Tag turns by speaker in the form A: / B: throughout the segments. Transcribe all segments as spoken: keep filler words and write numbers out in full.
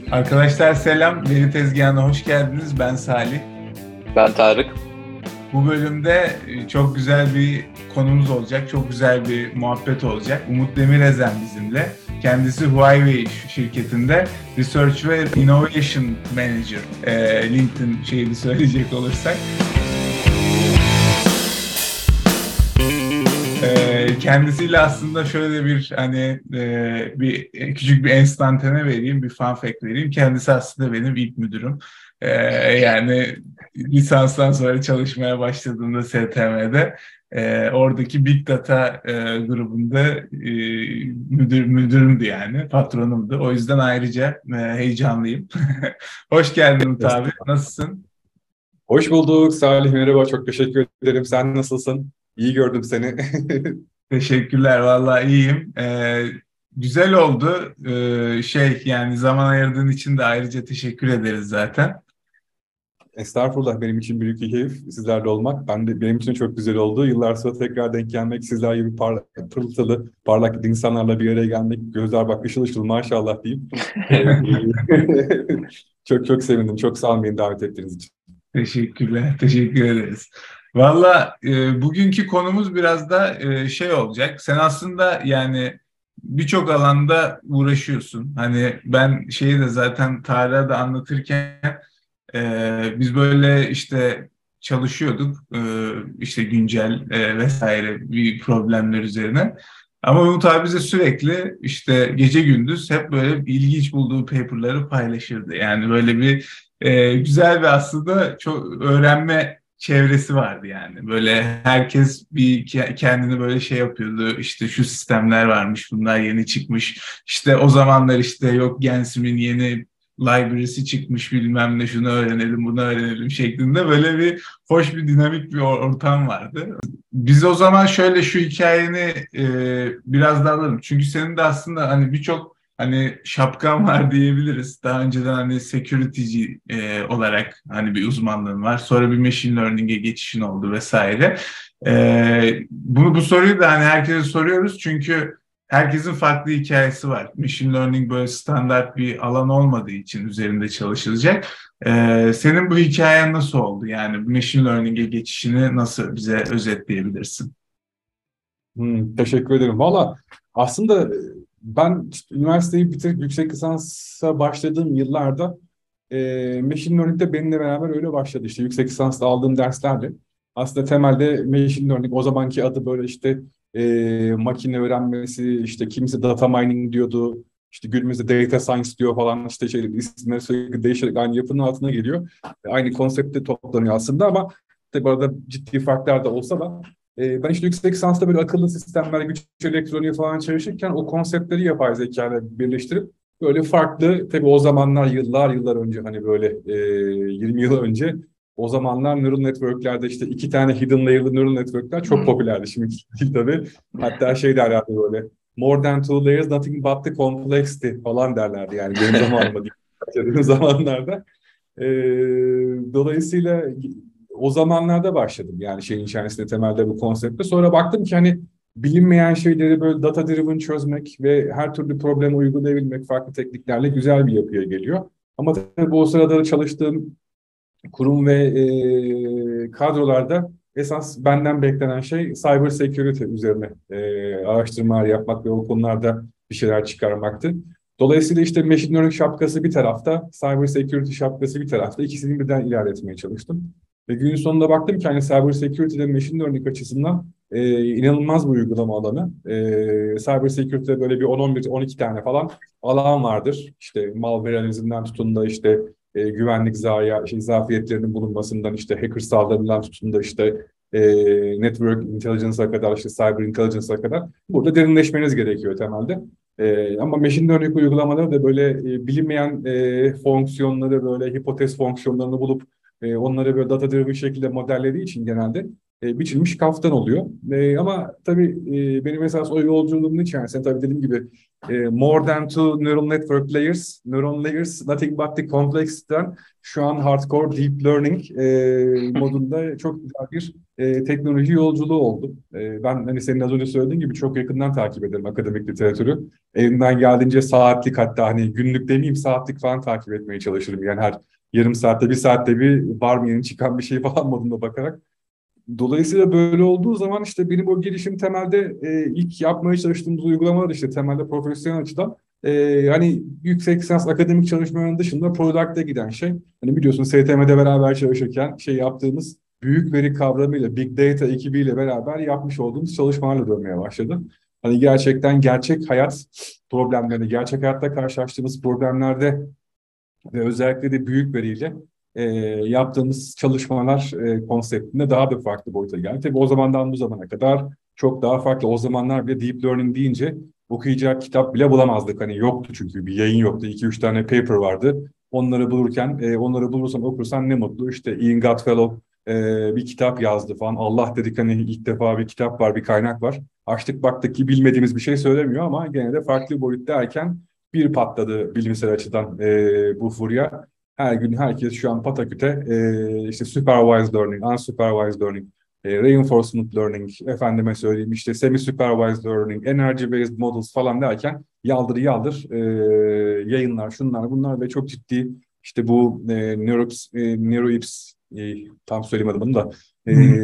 A: Arkadaşlar selam, Veri Tezgahı'na hoş geldiniz. Ben Salih.
B: Ben Tarık.
A: Bu bölümde e, çok güzel bir konumuz olacak, çok güzel bir muhabbet olacak. Umut Demirezen bizimle. Kendisi Huawei şirketinde Research ve Innovation Manager. E, LinkedIn şeyini söyleyecek olursak. E, kendisiyle aslında şöyle bir hani e, bir küçük bir enstantane vereyim, bir fun fact vereyim. Kendisi aslında benim ilk müdürüm. E, yani lisanstan sonra çalışmaya başladığımda S T M'de e, oradaki Big Data e, grubunda e, müdür müdürümdü yani, patronumdu. O yüzden ayrıca e, heyecanlıyım. Hoş geldin Umut abi. Nasılsın?
C: Hoş bulduk Salih, merhaba, çok teşekkür ederim. Sen nasılsın? İyi gördüm seni.
A: Teşekkürler, vallahi iyiyim. Ee, güzel oldu. Ee, şey yani zaman ayırdığın için de ayrıca teşekkür ederiz zaten.
C: Estağfurullah, benim için büyük bir keyif sizlerle olmak. Ben de benim için çok güzel oldu. Yıllar sonra tekrar denk gelmek, sizler gibi par pırıltılı, parlak insanlarla bir araya gelmek, gözler bak ışıl ışıl maşallah diyeyim. Ee, çok çok sevindim. Çok sağ olun beni davet ettiğiniz için.
A: Teşekkürler, teşekkür ederiz. Valla e, bugünkü konumuz biraz da e, şey olacak. Sen aslında yani birçok alanda uğraşıyorsun. Hani ben şeyi de zaten Tarık'a da anlatırken e, biz böyle işte çalışıyorduk. E, işte güncel e, vesaire bir problemler üzerine. Ama Umut abi bize sürekli işte gece gündüz hep böyle ilginç bulduğu paperları paylaşırdı. Yani böyle bir e, güzel ve aslında çok öğrenme çevresi vardı yani. Böyle herkes bir ke- kendini böyle şey yapıyordu. İşte şu sistemler varmış, bunlar yeni çıkmış. İşte o zamanlar işte yok Gensim'in yeni library'si çıkmış bilmem ne şunu öğrenelim bunu öğrenelim şeklinde böyle bir hoş bir dinamik bir or- ortam vardı. Biz o zaman şöyle şu hikayeni e, biraz daha alalım. Çünkü senin de aslında hani birçok hani şapkan var diyebiliriz. Daha önceden hani security'ci e, olarak hani bir uzmanlığın var. Sonra bir machine learning'e geçişin oldu vesaire. E, bunu bu soruyu da hani herkese soruyoruz çünkü herkesin farklı hikayesi var. Machine learning böyle standart bir alan olmadığı için üzerinde çalışılacak. E, senin bu hikayen nasıl oldu? Yani machine learning'e geçişini nasıl bize özetleyebilirsin?
C: Hmm, teşekkür ederim. Valla aslında e, ben işte üniversiteyi bitirip yüksek lisansa başladığım yıllarda e, Machine Learning de benimle beraber öyle başladı. İşte yüksek lisansta aldığım derslerle. Aslında temelde Machine Learning o zamanki adı böyle işte e, makine öğrenmesi, işte kimisi data mining diyordu. İşte günümüzde data science diyor falan işte şey isimleri sürekli değişerek aynı yapının altına geliyor. Aynı konsepte toplanıyor aslında ama tabii arada ciddi farklar da olsa da e, ben işte yüksek lisansta böyle akıllı sistemler, güç elektroniği falan çalışırken o konseptleri yapay zeka ile birleştirip böyle farklı, tabii o zamanlar yıllar yıllar önce hani böyle e, yirmi yıl önce o zamanlar neural networklerde işte iki tane hidden layer'lı neural networkler çok popülerdi. Şimdi değil tabii. Hatta şey derlerdi böyle more than two layers nothing but the complexity falan derlerdi yani benim zamanıma değil. Yaşadığım zamanlarda. E, dolayısıyla o zamanlarda başladım yani şeyin içerisinde temelde bu konsepte. Sonra baktım ki hani bilinmeyen şeyleri böyle data driven çözmek ve her türlü problemi uygulayabilmek farklı tekniklerle güzel bir yapıya geliyor. Ama tabii bu o sırada çalıştığım kurum ve e, kadrolarda esas benden beklenen şey cyber security üzerine e, araştırmalar yapmak ve o konularda bir şeyler çıkarmaktı. Dolayısıyla işte machine learning şapkası bir tarafta, cyber security şapkası bir tarafta. İkisini birden ilerletmeye çalıştım. Ve günün sonunda baktım ki hani cyber security ve machine learning açısından e, inanılmaz bir uygulama alanı. E, cyber security'de böyle bir on on bir on iki tane falan alan vardır. İşte malware analizinden tutun da işte e, güvenlik zaya, şey, zafiyetlerinin bulunmasından işte hacker saldırılarından tutun da işte e, network intelligence'a kadar işte cyber intelligence'a kadar burada derinleşmeniz gerekiyor temelde. E, ama machine learning uygulamaları da böyle e, bilinmeyen e, fonksiyonları böyle hipotez fonksiyonlarını bulup e, onları böyle data driven şekilde modellediği için genelde e, biçilmiş kaftan oluyor. E, ama tabii e, benim esas o yolculuğumun içerisinde tabii dediğim gibi e, more than two neural network layers, neural layers, nothing but the complexity'den şu an hardcore deep learning e, modunda çok güzel bir e, teknoloji yolculuğu oldu. E, ben hani senin az önce söylediğin gibi çok yakından takip ederim akademik literatürü. Elimden geldiğince saatlik, hatta hani günlük demeyeyim, saatlik falan takip etmeye çalışırım. Yani her yarım saatte, bir saatte bir var mı yeni çıkan bir şey falan modunda bakarak. Dolayısıyla böyle olduğu zaman işte benim o girişim temelde e, ilk yapmaya çalıştığımız uygulamalar işte temelde profesyonel açıdan e, hani yüksek lisans akademik çalışmaların dışında product'a giden şey. Hani biliyorsun S T M'de beraber çalışırken şey yaptığımız büyük veri kavramıyla, Big Data ekibiyle beraber yapmış olduğumuz çalışmalarla dönmeye başladı. Hani gerçekten gerçek hayat problemlerini, gerçek hayatta karşılaştığımız problemlerde ve özellikle de büyük veriyle e, yaptığımız çalışmalar e, konseptinde daha da farklı boyuta geldi. Tabii o zamandan bu zamana kadar çok daha farklı. O zamanlar bile deep learning deyince okuyacak kitap bile bulamazdık. Hani yoktu, çünkü bir yayın yoktu. İki üç tane paper vardı. Onları bulurken, e, onları bulursan okursan ne mutlu. İşte Ian Goodfellow e, bir kitap yazdı falan. Allah dedik, hani ilk defa bir kitap var, bir kaynak var. Açtık baktık ki bilmediğimiz bir şey söylemiyor ama gene de farklı boyut derken bir patladı bilimsel açıdan e, bu furya. Her gün herkes şu an pataküte e, işte supervised learning, unsupervised learning, e, reinforcement learning, efendime söyleyeyim işte semi-supervised learning, energy-based models falan derken yaldır yaldır e, yayınlar, şunlar bunlar ve çok ciddi işte bu e, Neuroips, e, Neuroips e, tam söylemedim bunu da e,
A: Hmm.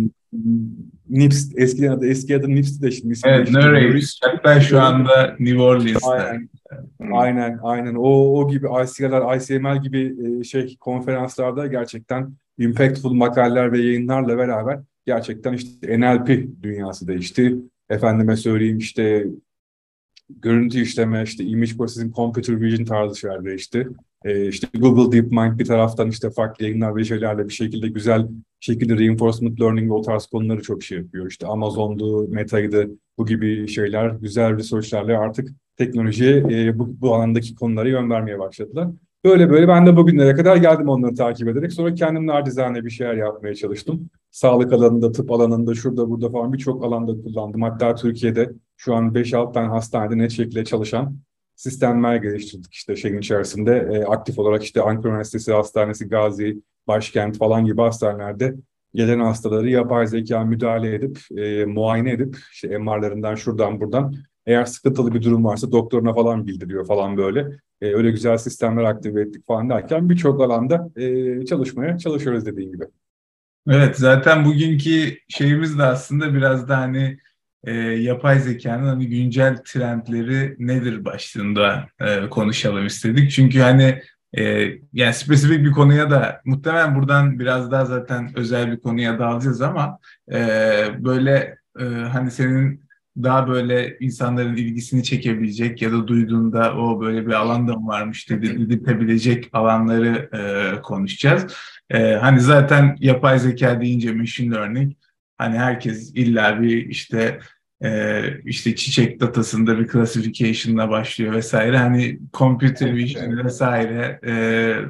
C: NIPS, eski adı, eski adı NIPS'ti de şimdi ismi
A: Evet,
C: değişti. Neurips.
A: Neurips. Hatta şu anda New Orleans'ta.
C: Aynen.
A: Hmm.
C: Aynen, aynen. O, o gibi I C R'lar, I C M L gibi e, şey konferanslarda gerçekten impactful makaleler ve yayınlarla beraber gerçekten işte N L P dünyası değişti. Efendime söyleyeyim işte görüntü işleme, işte image processing, computer vision tarzı şeyler değişti. Ee, işte Google DeepMind bir taraftan işte farklı yayınlar ve şeylerle bir şekilde güzel şekilde reinforcement learning ve o tarz konuları çok şey yapıyor. İşte Amazon'du, Meta'ydı, bu gibi şeyler güzel research'lerle artık teknolojiye e, bu, bu alandaki konulara yön vermeye başladılar. Böyle böyle ben de bugünlere kadar geldim onları takip ederek. Sonra kendim nacizane bir şeyler yapmaya çalıştım. Sağlık alanında, tıp alanında, şurada burada falan birçok alanda kullandım. Hatta Türkiye'de şu an beş altı tane hastanede net şekilde çalışan sistemler geliştirdik işte şeyin içerisinde. E, aktif olarak işte Ankara Üniversitesi Hastanesi, Gazi, Başkent falan gibi hastanelerde gelen hastaları yapay zeka müdahale edip, e, muayene edip işte M R'larından şuradan buradan eğer sıkıntılı bir durum varsa doktoruna falan bildiriyor falan böyle. E, öyle güzel sistemler aktive ettik falan derken birçok alanda e, çalışmaya çalışıyoruz dediğim gibi.
A: Evet, zaten bugünkü şeyimiz de aslında biraz da hani e, yapay zekanın hani güncel trendleri nedir başlığında e, konuşalım istedik. Çünkü hani e, yani spesifik bir konuya da muhtemelen buradan biraz daha zaten özel bir konuya dalacağız ama e, böyle e, hani senin daha böyle insanların ilgisini çekebilecek ya da duyduğunda o böyle bir alanda mı varmış dedi, dedirtebilecek alanları e, konuşacağız. Ee, hani zaten yapay zeka deyince machine learning hani herkes illa bir işte e, işte çiçek datasında bir classification'la başlıyor vesaire. Hani computer
C: Evet,
A: vision
C: evet.
A: vesaire e,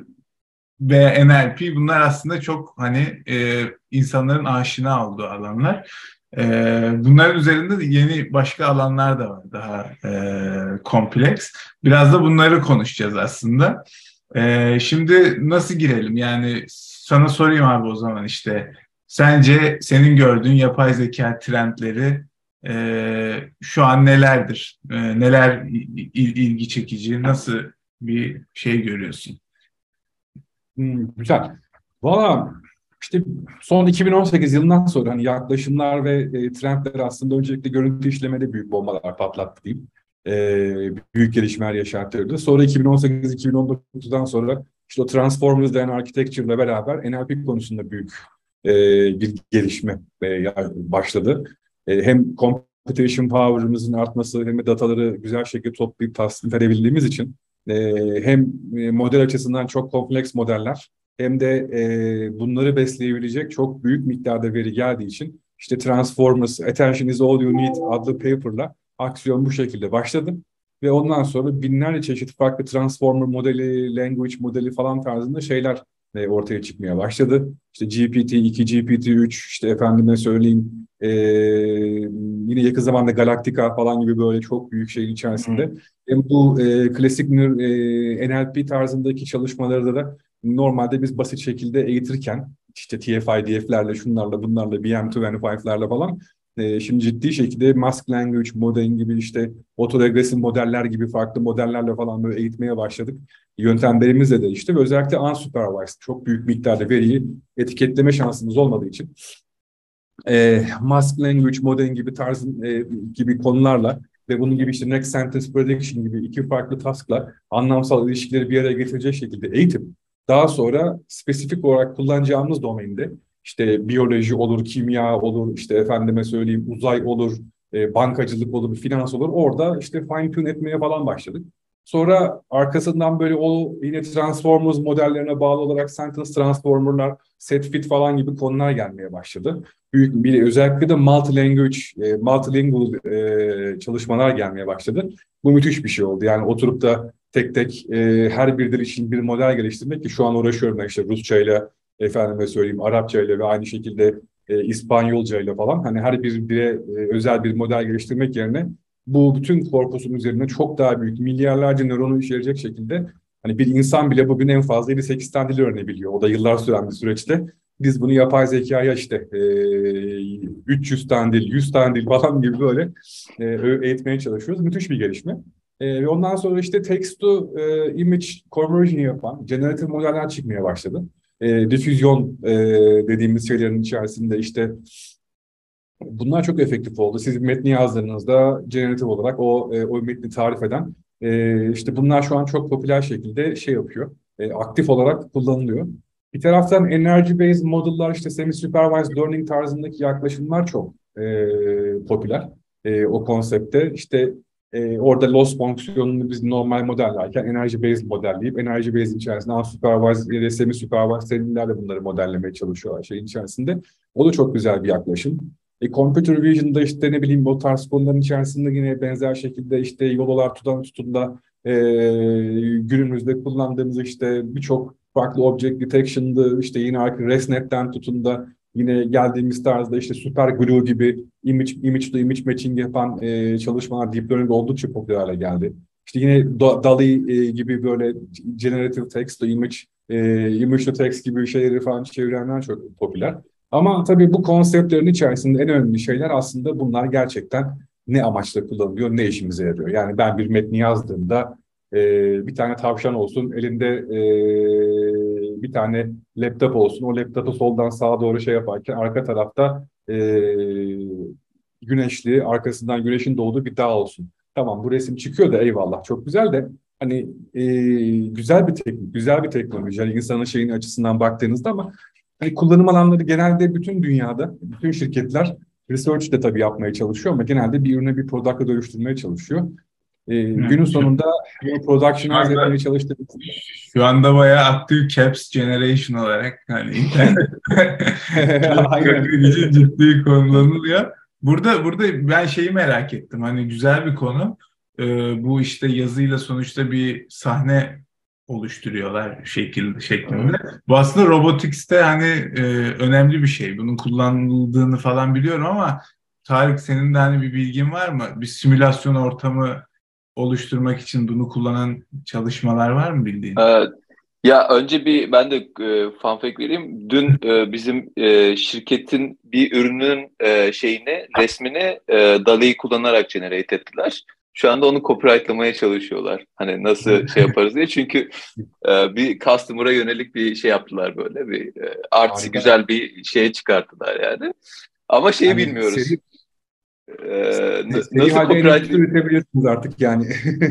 A: ve N L P bunlar aslında çok hani e, insanların aşina olduğu alanlar. E, bunların üzerinde de yeni başka alanlar da var daha e, kompleks. Biraz da bunları konuşacağız aslında. E, şimdi nasıl girelim? Yani sana sorayım abi o zaman işte. Sence senin gördüğün yapay zeka trendleri e, şu an nelerdir? E, neler il- ilgi çekici? Nasıl bir şey görüyorsun?
C: Hmm, güzel. Valla işte son iki bin on sekiz yılından sonra hani yaklaşımlar ve e, trendler aslında öncelikle görüntü işlemede büyük bombalar patlattı diyeyim. E, büyük gelişmeler yaşattırdı. Sonra iki bin on sekiz iki bin on dokuzdan sonra işte o Transformers denen architecture ile beraber N L P konusunda büyük e, bir gelişme e, ya- başladı. E, hem computation power'ımızın artması hem de dataları güzel şekilde toplayıp tasnif edebildiğimiz için e, hem e, model açısından çok kompleks modeller hem de e, bunları besleyebilecek çok büyük miktarda veri geldiği için işte Transformers, Attention is all you need adlı paper'la aksiyon bu şekilde başladı. Ve ondan sonra binlerce çeşit farklı Transformer modeli, language modeli falan tarzında şeyler e, ortaya çıkmaya başladı. İşte G P T iki, G P T üç, işte efendime söyleyeyim e, yine yakın zamanda Galactica falan gibi böyle çok büyük şeyin içerisinde. Hem bu e, klasik e, N L P tarzındaki çalışmalarda da normalde biz basit şekilde eğitirken işte T F I D F'lerle, şunlarla, bunlarla, B M yirmi beşlerle falan e, şimdi ciddi şekilde Mask Language Modeling gibi işte otoregresif modeller gibi farklı modellerle falan böyle eğitmeye başladık. Yöntemlerimizle de işte ve özellikle unsupervised çok büyük miktarda veriyi etiketleme şansımız olmadığı için e, Mask Language Modeling gibi tarzın e, gibi konularla ve bunun gibi işte Next Sentence Prediction gibi iki farklı taskla anlamsal ilişkileri bir araya getirecek şekilde eğitip daha sonra spesifik olarak kullanacağımız domainde işte biyoloji olur, kimya olur, işte efendime söyleyeyim uzay olur, e, bankacılık olur, finans olur. Orada işte fine tune etmeye falan başladık. Sonra arkasından böyle o yine Transformers modellerine bağlı olarak Sentence Transformer'lar, set fit falan gibi konular gelmeye başladı. Büyük bir özellikle de multi-language, e, multilingual e, çalışmalar gelmeye başladı. Bu müthiş bir şey oldu. Yani oturup da tek tek e, her bir dil için bir model geliştirmek ki şu an uğraşıyorum ben işte Rusçayla, efendime söyleyeyim Arapçayla ve aynı şekilde e, İspanyolcayla falan. Hani her bir dile e, özel bir model geliştirmek yerine bu bütün korpusun üzerine çok daha büyük milyarlarca nöronu işleyecek şekilde hani bir insan bile bugün en fazla yedi sekiz tane dil öğrenebiliyor. O da yıllar süren bir süreçte. Biz bunu yapay zekaya işte e, üç yüz tane dil, yüz tane dil falan gibi böyle e, eğitmeye çalışıyoruz. Müthiş bir gelişme. E, ve ondan sonra işte text to e, image conversion yapan generatif modeller çıkmaya başladı. E, difüzyon e, dediğimiz şeylerin içerisinde işte bunlar çok efektif oldu. Siz metni yazdığınızda generatif olarak o e, o metni tarif eden e, işte bunlar şu an çok popüler şekilde şey yapıyor. E, aktif olarak kullanılıyor. Bir taraftan energy based model'lar işte semi supervised learning tarzındaki yaklaşımlar çok e, popüler. E, o konsepte işte e, orada loss fonksiyonunu biz normal modellerken energy based modelleyip energy based içerisinde unsupervised ya da semi supervised serilerle bunları modellemeye çalışıyorlar şeyin içerisinde. O da çok güzel bir yaklaşım. E, Computer Vision'da işte ne bileyim o tarz konuların içerisinde yine benzer şekilde işte yolalar tutan tutun da e, günümüzde kullandığımız işte birçok farklı object detection'dı işte yine artık ResNet'ten tutun da yine geldiğimiz tarzda işte Super Glue gibi image, image to image matching yapan e, çalışmalar Deep Learning'de oldukça popüler hale geldi. İşte yine DALL-E e, gibi böyle generative text to image, e, image to text gibi şeyleri falan çevirenler çok popüler. Ama tabii bu konseptlerin içerisinde en önemli şeyler aslında bunlar gerçekten ne amaçla kullanılıyor, ne işimize yarıyor. Yani ben bir metni yazdığımda e, bir tane tavşan olsun, elinde e, bir tane laptop olsun. O laptopu soldan sağa doğru şey yaparken arka tarafta e, güneşli, arkasından güneşin doğduğu bir dağ olsun. Tamam bu resim çıkıyor da eyvallah çok güzel de hani e, güzel bir teknik, güzel bir teknoloji. Yani insanın şeyin açısından baktığınızda ama hani kullanım alanları genelde bütün dünyada, bütün şirketler research de tabii yapmaya çalışıyor ama genelde bir ürüne bir product'a dönüştürmeye çalışıyor. Ee, günün
A: Evet,
C: sonunda bunu
A: şu
C: productionize etmeye
A: anda
C: çalıştığımız...
A: şu anda bayağı aktif Caps Generation olarak hani internet çok
C: Aynen.
A: ciddi, ciddi kullanılıyor. Burada burada ben şeyi merak ettim. Hani güzel bir konu. Ee, bu işte yazıyla sonuçta bir sahne oluşturuyorlar şekil şeklinde. Bu aslında robotics'te hani e, önemli bir şey. Bunun kullanıldığını falan biliyorum ama Tarık senin de hani bir bilgin var mı? Bir simülasyon ortamı oluşturmak için bunu kullanan çalışmalar var mı bildiğin?
B: Evet. Ya önce bir ben de e, fun fact vereyim. Dün e, bizim e, şirketin bir ürünün e, şeyini, resmini e, DALL-E'yi kullanarak generate ettiler. Şu anda onu copyrightlamaya çalışıyorlar. Hani nasıl şey yaparız diye. Çünkü e, bir customer'a yönelik bir şey yaptılar böyle. Bir e, artsy
C: Harika.
B: güzel bir şeye çıkarttılar yani. Ama şeyi
C: Yani
B: bilmiyoruz.
C: seri,
B: E, n-
C: seri
B: nasıl
C: halde
B: copyright
C: endüstri üretebilirsiniz artık yani.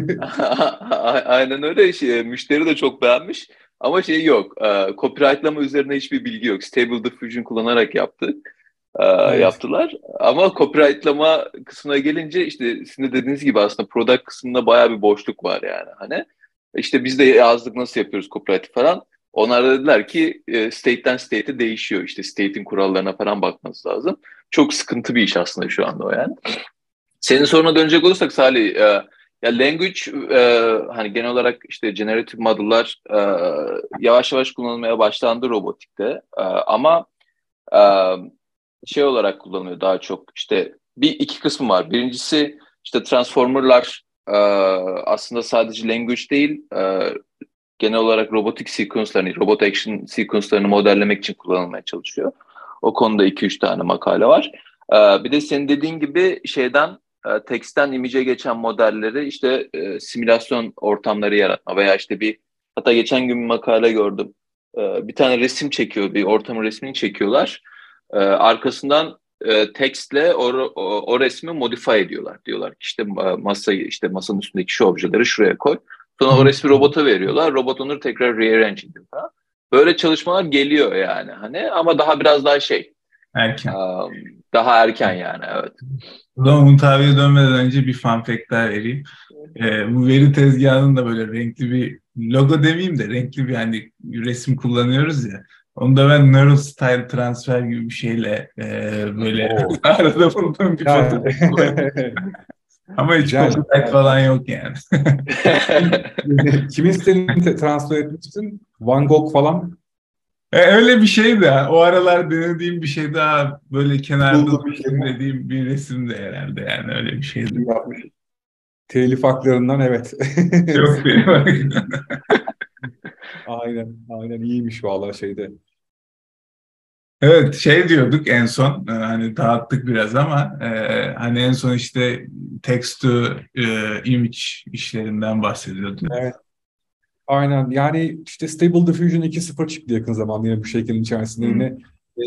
B: Aynen öyle. Şey, müşteri de çok beğenmiş. Ama şey yok. E, copyrightlama üzerine hiçbir bilgi yok. Stable Diffusion kullanarak yaptı. e,
C: Evet.
B: yaptılar. Ama copyrightlama kısmına gelince işte sizin de dediğiniz gibi aslında product kısmında bayağı bir boşluk var yani. Hani işte biz de yazdık nasıl yapıyoruz copyright falan. Onlar da dediler ki e, state'den state'e değişiyor. İşte state'in kurallarına falan bakmanız lazım. Çok sıkıntı bir iş aslında şu anda o yani. Senin soruna dönecek olursak Salih, e, ya language e, hani genel olarak işte generative model'lar e, yavaş yavaş kullanılmaya başlandı robotikte. E, ama e, şey olarak kullanılıyor daha çok. İşte bir iki kısmı var. Birincisi işte transformer'lar e, aslında sadece language değil, e, genel olarak robotik sequence'larını, robot action sequence'larını modellemek için kullanılmaya çalışıyor. O konuda iki üç tane makale var. Ee, bir de senin dediğin gibi şeyden, e, teksten image'e geçen modelleri işte e, simülasyon ortamları yaratma veya işte bir, hatta geçen gün bir makale gördüm. Ee, bir tane resim çekiyor, bir ortamın resmini çekiyorlar. Ee, arkasından e, tekstle o, o, o resmi modify ediyorlar. Diyorlar ki işte e, masayı, işte masanın üstündeki şu objeleri şuraya koy. Sonra o resmi robota veriyorlar. Robot onu tekrar rearrange ediyor falan. Böyle çalışmalar geliyor yani hani, ama daha biraz daha şey,
A: Erken.
B: um, daha erken yani, evet.
A: O zaman Umut abiye dönmeden önce bir fun fact daha vereyim. Ee, bu veri tezgahının da böyle renkli bir logo demeyeyim de renkli bir hani resim kullanıyoruz ya. Onu da ben Neural Style Transfer gibi bir şeyle e, böyle
C: Oo.
A: arada bulduğum bir
C: Yani.
A: fotoğraf var. Ama hiç
C: Güzel.
A: copyright falan yok yani.
C: Kimin stilini te- transfer etmiştin? Van Gogh falan.
A: E, öyle bir şey de o aralar denediğim bir şey daha böyle kenarda
C: Bulduğum bir şey
A: dursun
C: mi?
A: dediğim bir resim de herhalde yani öyle bir şeydi.
C: İyi yapmış. Telif haklarından evet.
A: Yok benim.
C: Aynen, aynen iyiymiş vallahi şeyde.
A: Evet şey diyorduk en son e, hani dağıttık biraz ama e, hani en son işte text to e, image işlerinden bahsediyorduk.
C: Evet, aynen. Yani işte Stable Diffusion iki nokta sıfır çıktı yakın zamanda yine bu şeklin içerisinde
B: Hmm.
C: yine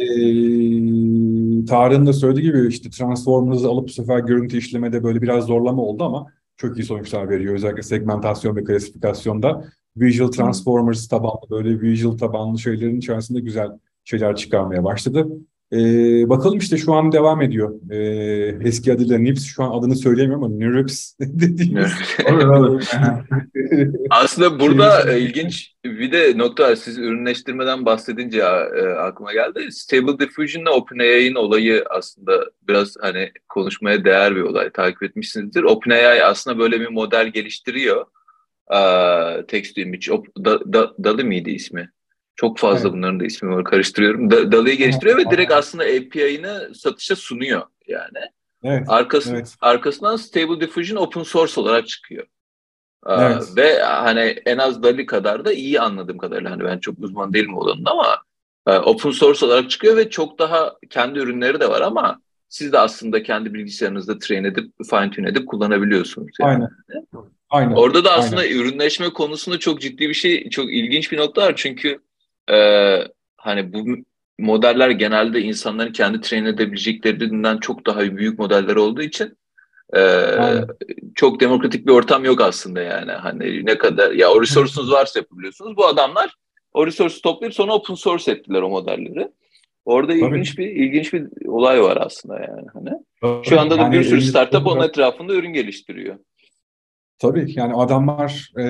C: eee Tarık'ın da söylediği gibi işte Transformers'ı alıp bu sefer görüntü işlemede böyle biraz zorlama oldu ama çok iyi sonuçlar veriyor. Özellikle segmentasyon ve klasifikasyonda Visual
B: Hmm.
C: Transformers tabanlı böyle visual tabanlı şeylerin içerisinde güzel şeyler çıkarmaya başladı. Eee, bakalım işte şu an devam ediyor. Eee, eski adıyla Nips, şu an adını söyleyemiyorum ama Nirips dediğimiz
A: Olur olur. Aha.
B: Aslında
C: şeyin
B: burada e,
C: içerisinde.
B: ilginç bir de nokta var. Siz ürünleştirmeden bahsedince e, aklıma geldi. Stable Diffusion'la OpenAI'nin olayı aslında biraz hani konuşmaya değer bir olay. Takip etmişsinizdir. OpenAI aslında böyle bir model geliştiriyor. Ee, text to image. O, da, da, Dali miydi ismi? Çok fazla
C: Evet.
B: bunların da ismi var. Karıştırıyorum. Da, Dali'yi
C: Aha,
B: geliştiriyor ve direkt
C: aynen.
B: aslında A P I'ını satışa sunuyor yani.
C: Evet,
B: Arkasın,
C: evet,
B: arkasından Stable Diffusion open source olarak çıkıyor. Ee,
C: evet,
B: ve hani en az Dali kadar da iyi, anladığım kadarıyla. Hani ben çok uzman değilim o alanında ama e, open source olarak çıkıyor ve çok daha kendi ürünleri de var ama siz de aslında kendi bilgisayarınızda train edip, fine tune edip kullanabiliyorsunuz yani.
C: aynen, aynen,
B: Orada da aslında
C: aynen.
B: ürünleşme konusunda çok ciddi bir şey, çok ilginç bir nokta var. Çünkü e, hani bu modeller genelde insanların kendi train edebileceklerinden çok daha büyük modeller olduğu için e,
C: Aynen.
B: çok demokratik bir ortam yok aslında yani. Hani ne kadar ya o resource'unuz varsa yapabiliyorsunuz. Bu adamlar o resource'u toplayıp sonra open source ettiler o modelleri. Orada
C: Tabii,
B: ilginç bir ilginç bir olay var aslında yani hani. Şu
C: tabii.
B: anda da
C: Yani
B: bir sürü
C: elimizde
B: startup onun etrafında ürün geliştiriyor.
C: tabii yani adamlar e,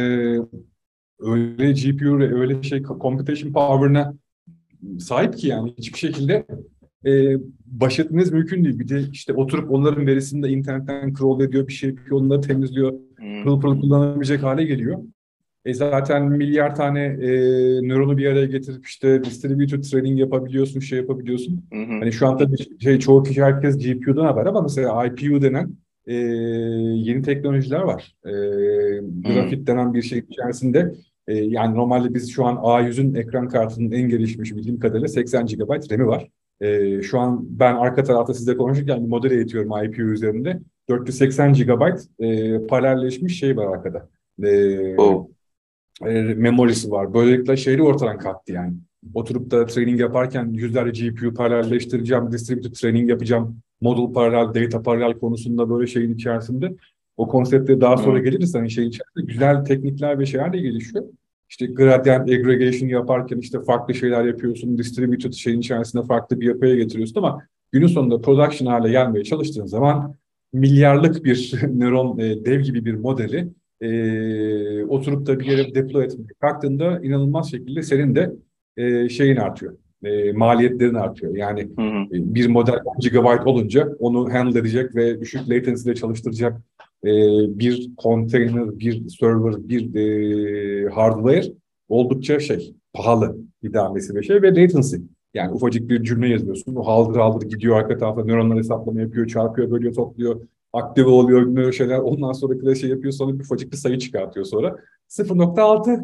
C: öyle G P U ve öyle şey computation power'ına sahip ki yani hiçbir şekilde e, baş etmeniz mümkün değil. Bir de işte oturup onların verisini de internetten crawl ediyor, bir şey yapıyor, onları temizliyor.
B: Hmm,
C: Pırıl pırıl
B: hmm,
C: kullanabilecek hale geliyor. E zaten milyar tane e, nöronu bir araya getirip işte distributed training yapabiliyorsun, şey yapabiliyorsun.
B: hı hı,
C: Hani şu an tabii şey, çoğu kişi herkes G P U'dan haber ama mesela I P U denen e, yeni teknolojiler var. E,
B: hı.
C: grafit denen bir şey içerisinde e, yani normalde biz şu an A yüzün ekran kartının en gelişmiş bildiğim kadarıyla seksen gigabayt RAM'i var. E, şu an ben arka tarafta size konuşurken bir model eğitiyorum I P U üzerinde. dört yüz seksen gigabayt e, paralelleşmiş şey var arkada. E,
B: O.
C: e, memorisi var. Böylelikle şeyi ortadan kalktı yani. Oturup da training yaparken yüzlerce G P U paralelleştireceğim, distributed training yapacağım, model paralel, data paralel konusunda böyle şeyin içerisinde. O konsepte daha sonra
B: Hı,
C: geliriz. Hani şeyin içerisinde güzel teknikler ve şeyler de gelişiyor. İşte gradient aggregation yaparken işte farklı şeyler yapıyorsun. Distributed şeyin içerisinde farklı bir yapıya getiriyorsun ama günün sonunda production hale gelmeye çalıştığın zaman milyarlık bir nöron e, dev gibi bir modeli e, oturup da bir yere deploy etmeye kalktığında inanılmaz şekilde senin de e, şeyin artıyor. E, maliyetlerin artıyor. Yani
B: hı hı,
C: e, bir model on gigabayt olunca onu handle edecek ve düşük latency ile çalıştıracak e, bir container, bir server, bir e, hardware oldukça şey pahalı bir tanesi ve şey ve latency. Yani ufacık bir cümle yazıyorsun. O haldır haldır gidiyor arka tarafa nöronlar hesaplama yapıyor, çarpıyor, bölüyor, topluyor. aktive oluyor böyle şeyler. Ondan sonra klasik şey yapıyor, sonra bir ufacık bir sayı çıkartıyor sonra. sıfır nokta altı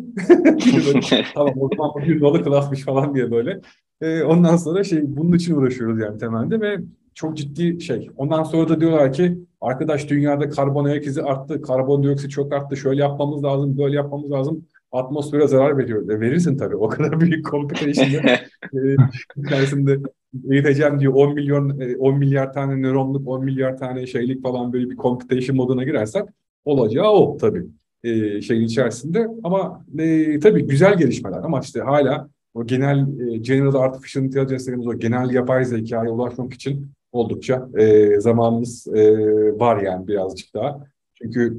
C: tamam o zaman bu bir nolu klasmış falan diye böyle. Ee, ondan sonra şey bunun için uğraşıyoruz yani temelde ve çok ciddi şey. Ondan sonra da diyorlar ki arkadaş dünyada karbon ayak izi arttı, karbondioksit çok arttı, şöyle yapmamız lazım, böyle yapmamız lazım. Atmosfere zarar veriyor. E, verirsin tabii. O kadar büyük computation'ı e, içerisinde eğiteceğim diyor. on milyon, e, on milyar tane nöronluk, on milyar tane şeylik falan böyle bir computation moduna girersen olacağı o tabii e, şeyin içerisinde. Ama e, tabii güzel gelişmeler ama işte hala o genel e, General Artificial Intelligence dediğimiz o genel yapay zekaya ulaşmak için oldukça e, zamanımız e, var yani birazcık daha. Çünkü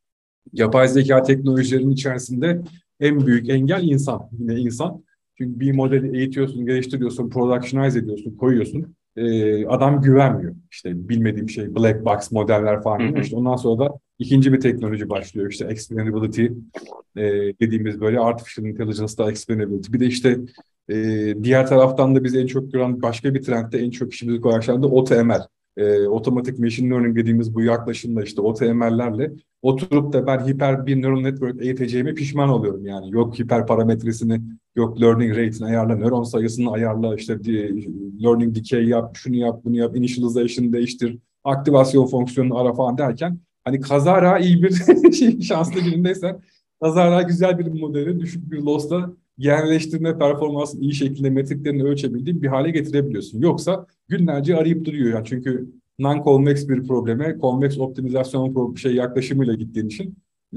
C: yapay zeka teknolojilerinin içerisinde en büyük engel insan. Yine insan. Çünkü bir modeli eğitiyorsun, geliştiriyorsun, productionize ediyorsun, koyuyorsun. Ee, adam güvenmiyor. İşte bilmediğim şey black box modeller falan. Değil mi? İşte ondan sonra da ikinci bir teknoloji başlıyor. İşte explainability e, dediğimiz böyle artificial intelligence'da explainability. Bir de işte e, diğer taraftan da biz en çok gören başka bir trendde en çok işimizi koyan şey de O T M L. E, Automatic Machine Learning dediğimiz bu yaklaşımla işte O T M L'lerle oturup da ben hiper bir neural network eğiteceğime pişman oluyorum yani. Yok hiper parametresini, yok learning rate'ini ayarla, nöron sayısını ayarla, işte de, learning decay yap, şunu yap, bunu yap, initialization değiştir, aktivasyon fonksiyonunu ara falan derken hani kazara iyi bir şey, şanslı birindeysen kazara güzel bir modeli düşük bir loss'la genelleştirme performansını iyi şekilde metriklerini ölçebildiğin bir hale getirebiliyorsun. Yoksa günlerce arayıp duruyor. Yani çünkü non-convex bir probleme convex optimizasyon şey yaklaşımıyla gittiğin için.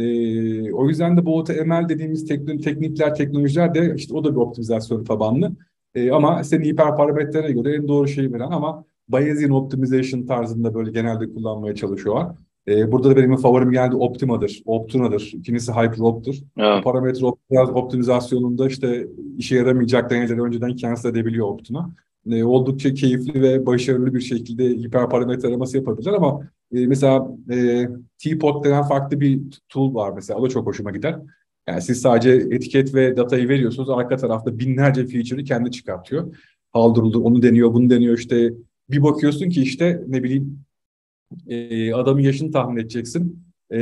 C: E, o yüzden de bu O T M L dediğimiz teknik, teknikler, teknolojiler de işte o da bir optimizasyon tabanlı. E, ama senin hiperparametrelere göre en doğru şeyi veren ama Bayesian optimization tarzında böyle genelde kullanmaya çalışıyorlar. E, burada da benim favorim geldi Optima'dır, Optuna'dır. İkincisi HyperOpt'tur. Bu
B: Evet.
C: parametre optimizasyonunda işte işe yaramayacak denemeleri önceden cancel edebiliyor Optuna. E, oldukça keyifli ve başarılı bir şekilde hiperparametre araması yapabilirler ama e, mesela e, T-Pod denen farklı bir tool var mesela. O da çok hoşuma gider. Yani siz sadece etiket ve datayı veriyorsunuz. Arka tarafta binlerce feature'ı kendi çıkartıyor. Halduruldur, onu deniyor, bunu deniyor işte. Bir bakıyorsun ki işte ne bileyim e, adamın yaşını tahmin edeceksin. E,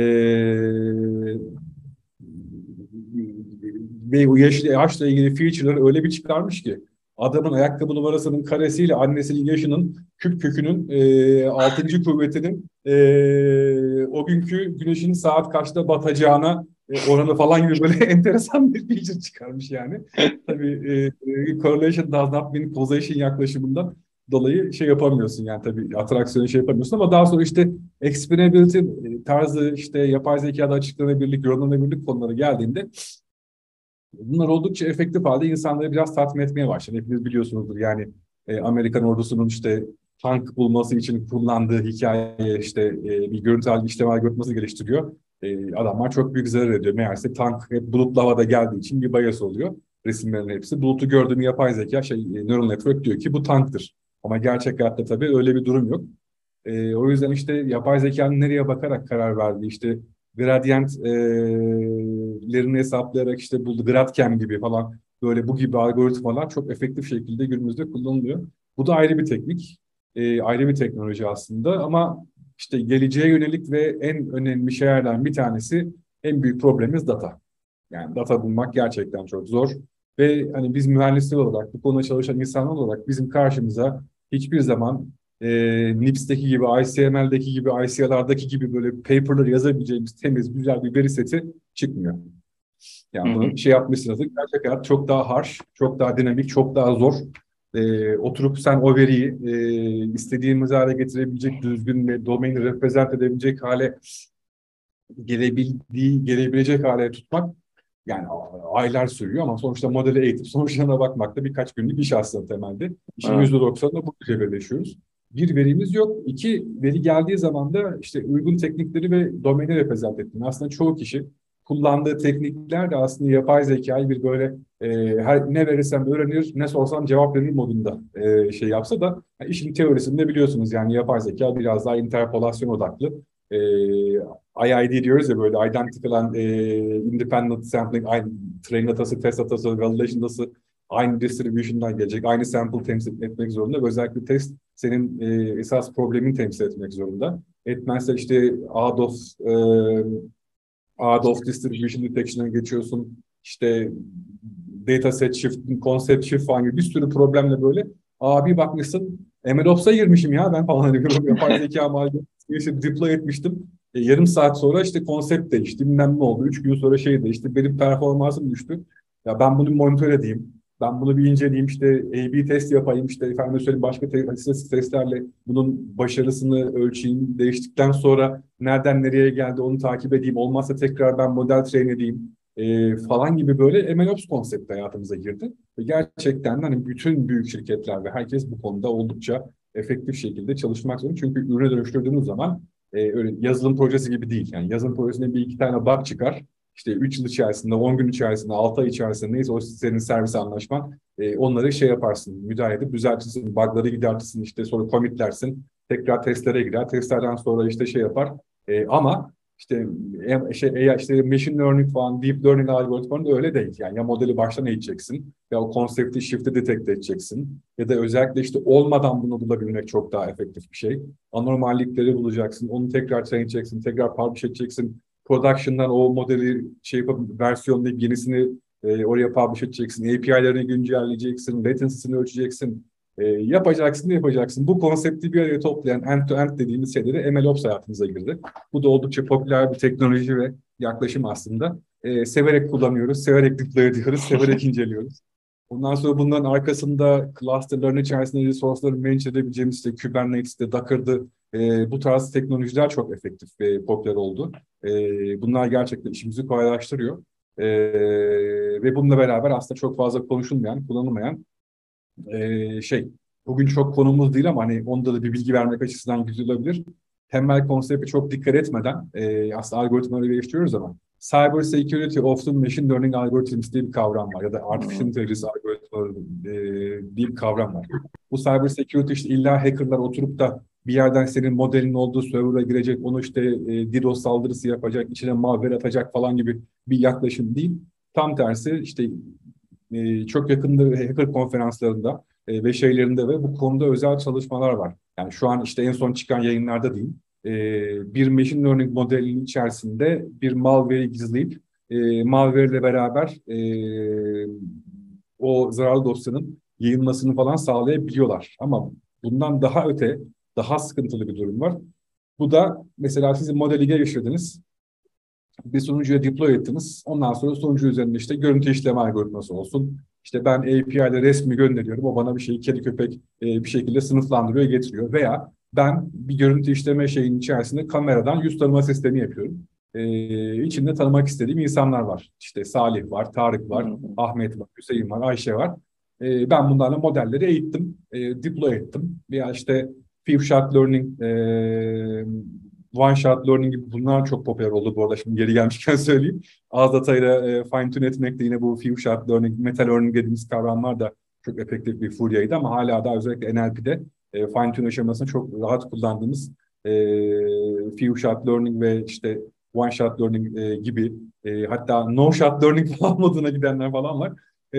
C: ve o yaş, yaşla ilgili feature'ları öyle bir çıkarmış ki adamın ayakkabı numarasının karesiyle annesinin yaşının küp kökünün e, altıncı kuvvetinin e, o günkü güneşin saat kaçta batacağına e, oranı falan gibi böyle enteresan bir feature çıkarmış yani. Tabii e, correlation does not mean causation yaklaşımından dolayı şey yapamıyorsun yani tabii atraksiyonu şey yapamıyorsun ama daha sonra işte explainability tarzı işte yapay zekada açıklanabilirlik, yorumlanabilirlik konuları geldiğinde bunlar oldukça efektif halde insanları biraz tatmin etmeye başladı. Hepiniz biliyorsunuzdur yani e, Amerikan ordusunun işte tank bulması için kullandığı hikaye işte e, bir görüntü işlem algoritması geliştiriyor. E, adamlar çok büyük zarar ediyor. Meğerse tank hep bulutlu havada geldiği için bir bias oluyor. Resimlerin hepsi. Bulutu gördüğüm yapay zeka şey e, neural network diyor ki bu tanktır. Ama gerçek hayatta tabii öyle bir durum yok. E, o yüzden işte yapay zekanın nereye bakarak karar verdiği işte gradiyentlerini hesaplayarak işte bu GradCam gibi falan böyle bu gibi algoritmalar çok efektif şekilde günümüzde kullanılıyor. Bu da ayrı bir teknik, e, ayrı bir teknoloji aslında ama işte geleceğe yönelik ve en önemli şeylerden bir tanesi en büyük problemimiz data. Yani data bulmak gerçekten çok zor ve hani biz mühendisler olarak bu konuda çalışan insanlar olarak bizim karşımıza hiçbir zaman e, N I P S'teki gibi, I C M L'deki gibi, I C L'lardaki gibi böyle paper'ları yazabileceğimiz temiz, güzel bir veri seti çıkmıyor.
B: Hı
C: Yani
B: hı.
C: bunu şey yapmışsınızdır. Gerçek hayat çok daha harsh, çok daha dinamik, çok daha zor. Ee, oturup sen o veriyi e, istediğimiz hale getirebilecek, düzgün ve domaini reprezent edebilecek hale gelebildiği, gelebilecek hale tutmak yani aylar sürüyor ama sonuçta modeli eğitip sonuçlarına bakmak da birkaç günlük iş aslında temelde. İşin
B: Evet.
C: yüzde doksanında bu cebelleşiyoruz. Bir verimiz yok. İki veri geldiği zaman da işte uygun teknikleri ve domaini reprezent ettiğini. Aslında çoğu kişi kullandığı teknikler de aslında yapay zekayı bir böyle e, her ne verirsem öğrenir, ne sorsam cevap verir modunda e, şey yapsa da yani işin teorisinde biliyorsunuz yani yapay zeka biraz daha interpolasyon odaklı. E, I I D diyoruz ya böyle identical and e, independent sampling, train datası, test datası, validation datası aynı distribution'dan gelecek, aynı sample temsil etmek zorunda. Ve özellikle test senin e, esas problemin temsil etmek zorunda. Etmezse işte out of e, out of distribution detection'a geçiyorsun. İşte dataset shift, concept shift falan gibi bir sürü problemle böyle. Abi bakmışsın MLOps'a girmişim ya ben falan hani bir yapay zeka malzemesi işte deploy etmiştim. E, yarım saat sonra işte konsept değişti. Bilmem ne oldu. Üç gün sonra şey değişti. Benim performansım düştü. Ya ben bunu monitör edeyim. Ben bunu bir inceleyeyim işte A B test yapayım işte efendim söyleyeyim başka te testlerle bunun başarısını ölçeyim. Değiştikten sonra nereden nereye geldi onu takip edeyim. Olmazsa tekrar ben model train edeyim e, falan gibi böyle MLOps konsepti hayatımıza girdi. Ve gerçekten hani bütün büyük şirketler ve herkes bu konuda oldukça efektif şekilde çalışmak zorunda. Çünkü ürüne dönüştürdüğünüz zaman e, öyle yazılım projesi gibi değil. Yani yazılım projesinde bir iki tane bug çıkar. İşte üç yıl içerisinde, on gün içerisinde, altı ay içerisinde neyse o senin servis anlaşman e, onları şey yaparsın, müdahale edip düzeltirsin, bug'ları gidertirsin, işte sonra commitlersin, tekrar testlere girer, testlerden sonra işte şey yapar. E, ama işte şey, işte machine learning falan, deep learning algoritmanın da öyle değil. Yani ya modeli baştan eğiteceksin, ya o konsepti, shift'i detect edeceksin, ya da özellikle işte olmadan bunu bulabilmek çok daha efektif bir şey. Anormallikleri bulacaksın, onu tekrar train edeceksin, tekrar publish edeceksin. Production'dan o modeli şey yapıp versiyonlayıp yenisini e, oraya publish edeceksin. A P I'lerini güncelleyeceksin, latency'sini ölçeceksin. E, yapacaksın da yapacaksın. Bu konsepti bir araya toplayan end-to-end dediğimiz şeyleri MLOps hayatımıza girdi. Bu da oldukça popüler bir teknoloji ve yaklaşım aslında. E, severek kullanıyoruz, severek deploy ediyoruz, severek inceliyoruz. Ondan sonra bunların arkasında clusterların içerisinde resource'ları manage edebileceğimiz işte Kubernetes'te, Docker'da e, bu tarz teknolojiler çok efektif ve popüler oldu. E, bunlar gerçekten işimizi kolaylaştırıyor. E, ve bununla beraber aslında çok fazla konuşulmayan, kullanılmayan e, şey. Bugün çok konumuz değil ama hani onda da bir bilgi vermek açısından güzel olabilir. Temel konsepte çok dikkat etmeden e, aslında algoritmaları geliştiriyoruz ama Cyber Security of the Machine Learning Algorithms diye bir kavram var ya da Artificial Intelligence algoritmaları e, diye bir kavram var. Bu Cyber Security işte illa hackerlar oturup da bir yerden senin modelin olduğu server'a girecek, onu işte e, DDoS saldırısı yapacak, içine malware atacak falan gibi bir yaklaşım değil. Tam tersi işte e, çok yakında hacker konferanslarında e, ve şeylerinde ve bu konuda özel çalışmalar var. Yani şu an işte en son çıkan yayınlarda değil. E, bir machine learning modelinin içerisinde bir malware'i gizleyip e, malware ile beraber e, o zararlı dosyanın yayılmasını falan sağlayabiliyorlar. Ama bundan daha öte, daha sıkıntılı bir durum var. Bu da mesela siz modeli geliştirdiniz, bir sunucuya deploy ettiniz. Ondan sonra sunucu üzerinde işte görüntü işleme algoritması olsun. İşte ben A P I ile resmi gönderiyorum. O bana bir şeyi kedi köpek e, bir şekilde sınıflandırıyor, getiriyor. Veya ben bir görüntü işleme şeyin içerisinde kameradan yüz tanıma sistemi yapıyorum. E, içinde tanımak istediğim insanlar var. İşte Salih var, Tarık var, Ahmet var, Hüseyin var, Ayşe var. E, ben bunlarla modelleri eğittim, e, deploy ettim. Veya işte Few Shot Learning e, One Shot Learning gibi bunlar çok popüler oldu bu arada. Şimdi geri gelmişken söyleyeyim. Az datayla e, fine tune etmek de yine bu Few Shot Learning, Meta Learning dediğimiz kavramlar da çok efektif bir furyaydı ama hala da özellikle N L P'de e, fine tune aşamasını çok rahat kullandığımız e, Few Shot Learning ve işte One Shot Learning e, gibi e, hatta No Shot Learning falan moduna gidenler falan var. E,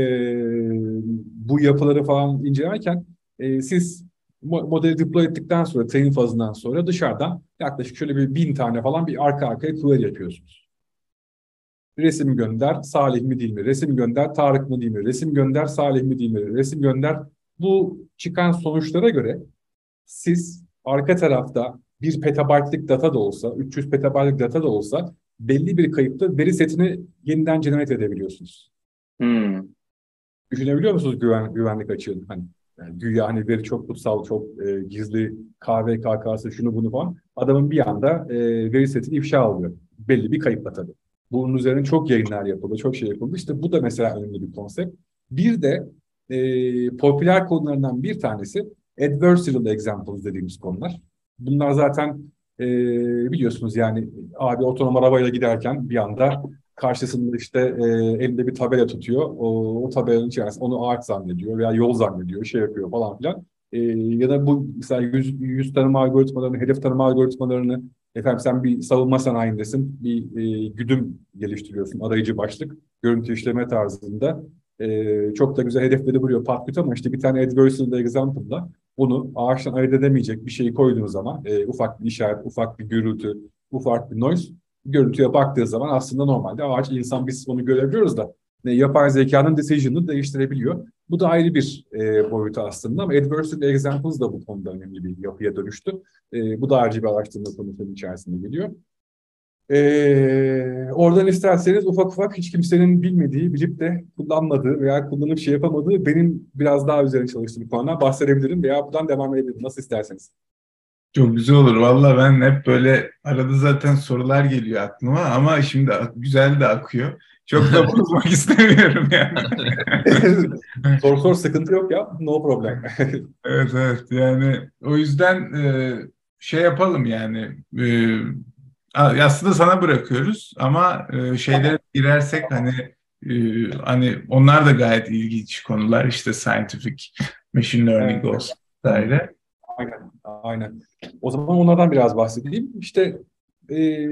C: bu yapıları falan incelerken e, siz modeli deploy ettikten sonra, training fazından sonra dışarıdan yaklaşık şöyle bir bin tane falan bir arka arkaya query yapıyorsunuz. Resim gönder, Salih mi değil mi? Resim gönder, Tarık mı değil mi? Resim gönder, Salih mi değil mi? Resim gönder. Bu çıkan sonuçlara göre siz arka tarafta bir petabaytlık data da olsa, üç yüz petabaytlık data da olsa belli bir kayıpta veri setini yeniden generate edebiliyorsunuz.
B: Hmm.
C: Düşünebiliyor musunuz güven, güvenlik açığını? Hani yani güya hani veri çok kutsal, çok e, gizli, K V K K'sı şunu bunu falan. Adamın bir anda e, veri setini ifşa oluyor. Belli bir kayıpla tabii. Bunun üzerine çok yayınlar yapıldı, çok şey yapıldı. İşte bu da mesela önemli bir konsept. Bir de e, popüler konularından bir tanesi adversarial examples dediğimiz konular. Bunlar zaten e, biliyorsunuz yani abi otonom arabayla giderken bir anda karşısında işte e, elinde bir tabela tutuyor. O, o tabelanın içerisinde onu ağaç zannediyor veya yol zannediyor, şey yapıyor falan filan. E, ya da bu mesela yüz, yüz tanıma algoritmalarını, hedef tanıma algoritmalarını efendim sen bir savunma sanayindesin, bir e, güdüm geliştiriyorsun, arayıcı başlık, görüntü işleme tarzında. Ee, çok da güzel hedefleri vuruyor Patkut ama işte bir tane adversarial example'da bunu ağaçtan ayırt edemeyecek bir şeyi koyduğunuz zaman e, ufak bir işaret, ufak bir gürültü, ufak bir noise görüntüye baktığı zaman aslında normalde ağaç insan biz onu görebiliyoruz da e, yapay zekanın decision'ını değiştirebiliyor. Bu da ayrı bir e, boyutu aslında ama adversarial examples da bu konuda önemli bir yapıya dönüştü. E, bu da ayrıca bir araştırma konusunun içerisinde geliyor. Ee, oradan isterseniz ufak ufak hiç kimsenin bilmediği, bilip de kullanmadığı veya kullanıp şey yapamadığı benim biraz daha üzerine çalıştığım konudan bahsedebilirim veya buradan devam edebilirim. Nasıl isterseniz.
A: Çok güzel olur. Valla ben hep böyle arada zaten sorular geliyor aklıma ama şimdi güzel de akıyor. Çok da bozmak istemiyorum yani.
C: Sor sor sıkıntı yok ya. No problem.
A: Evet, evet, yani o yüzden e, şey yapalım yani e, aslında sana bırakıyoruz ama e, şeylere girersek hani e, hani onlar da gayet ilginç konular işte scientific machine learning
C: Evet.
A: olsun vesaire.
C: Aynen, aynen. O zaman onlardan biraz bahsedeyim. İşte e,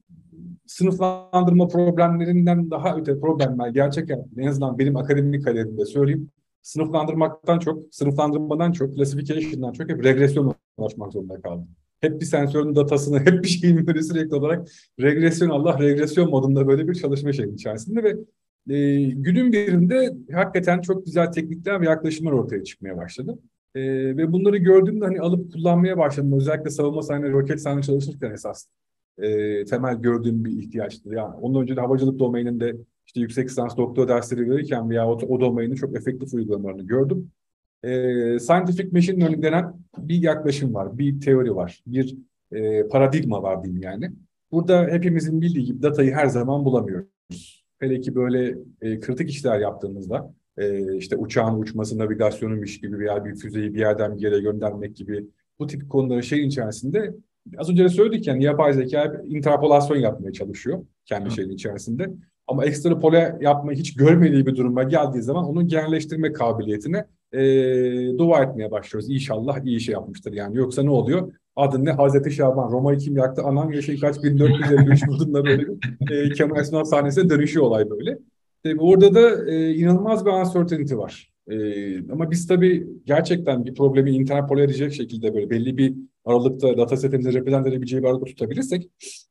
C: sınıflandırma problemlerinden daha öte problemler gerçekten en azından benim akademik kariyerimde söyleyeyim. Sınıflandırmaktan çok, sınıflandırmadan çok, classification'dan çok hep regresyon ulaşmak zorunda kaldım. Hep bir sensörün datasını, hep bir şeyin böyle sürekli olarak regresyon Allah regresyon modunda böyle bir çalışma şeyin içerisinde ve e, günün birinde hakikaten çok güzel teknikler ve yaklaşımlar ortaya çıkmaya başladı. E, ve bunları gördüğümde hani alıp kullanmaya başladım. Özellikle savunma sahne, roket sahne çalışırken esas e, temel gördüğüm bir ihtiyaçtır. Yani ondan önce de havacılık domaininde işte yüksek lisans doktora dersleri verirken veya o, o domainin çok efektif uygulamalarını gördüm. E, Scientific Machine Learning denen bir yaklaşım var, bir teori var, bir e, paradigma var diyeyim yani. Burada hepimizin bildiği gibi datayı her zaman bulamıyoruz. Hele ki böyle e, kritik işler yaptığımızda e, işte uçağın uçması, navigasyonunmuş gibi veya bir füzeyi bir yerden bir yere göndermek gibi bu tip konuların şeyin içerisinde az önce de söyledik yani yapay zeka interpolasyon yapmaya çalışıyor kendi şeyin içerisinde. Ama ekstrapole yapmayı hiç görmediği bir duruma geldiği zaman onun genelleştirme kabiliyetine e, dua etmeye başlıyoruz. İnşallah iyi şey yapmıştır yani. Yoksa ne oluyor? Adın ne? Hazreti Şaban. Roma'yı kim yaktı? Anam yaşı kaç? bin dört yüz elli üç yılında böyle bir e, Kemal Sunal sahnesine dönüşüyor olay böyle. E, orada da e, inanılmaz bir uncertainty var. E, ama biz tabii gerçekten bir problemi interpole edecek şekilde böyle belli bir aralıkta data setimizi reprezent edebileceği bir aralıkta tutabilirsek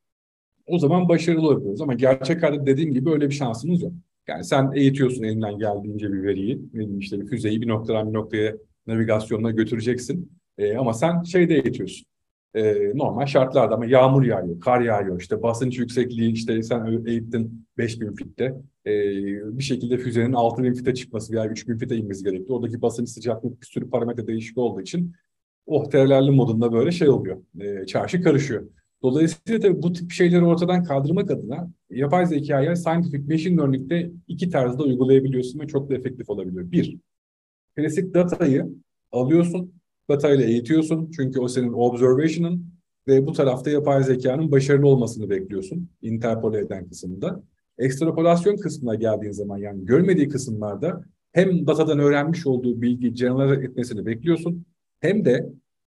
C: o zaman başarılı olabiliyoruz. Ama gerçek hayatta dediğim gibi öyle bir şansımız yok. Yani sen eğitiyorsun elinden geldiğince bir veriyi. Ne bileyim işte bir füzeyi bir noktadan bir noktaya navigasyonla götüreceksin. Ee, ama sen şeyde eğitiyorsun. Ee, normal şartlarda ama yağmur yağıyor, kar yağıyor. İşte basınç yüksekliği işte sen eğittin beş bin fitte. Ee, bir şekilde füzenin altı bin fite çıkması veya üç bin fite inmesi gerekiyor. Oradaki basınç sıcaklık bir sürü parametre değişik olduğu için oh terörlerli modunda böyle şey oluyor. E, çarşı karışıyor. Dolayısıyla tabii bu tip şeyleri ortadan kaldırmak adına yapay zekaya scientific machine learning'de iki tarzda uygulayabiliyorsun ve çok da efektif olabiliyor. Bir, klasik datayı alıyorsun, datayla eğitiyorsun. Çünkü o senin observation'ın ve bu tarafta yapay zekanın başarılı olmasını bekliyorsun. Interpole eden kısmında. Ekstrapolasyon kısmına geldiğin zaman yani görmediği kısımlarda hem datadan öğrenmiş olduğu bilgi generalize etmesini bekliyorsun. Hem de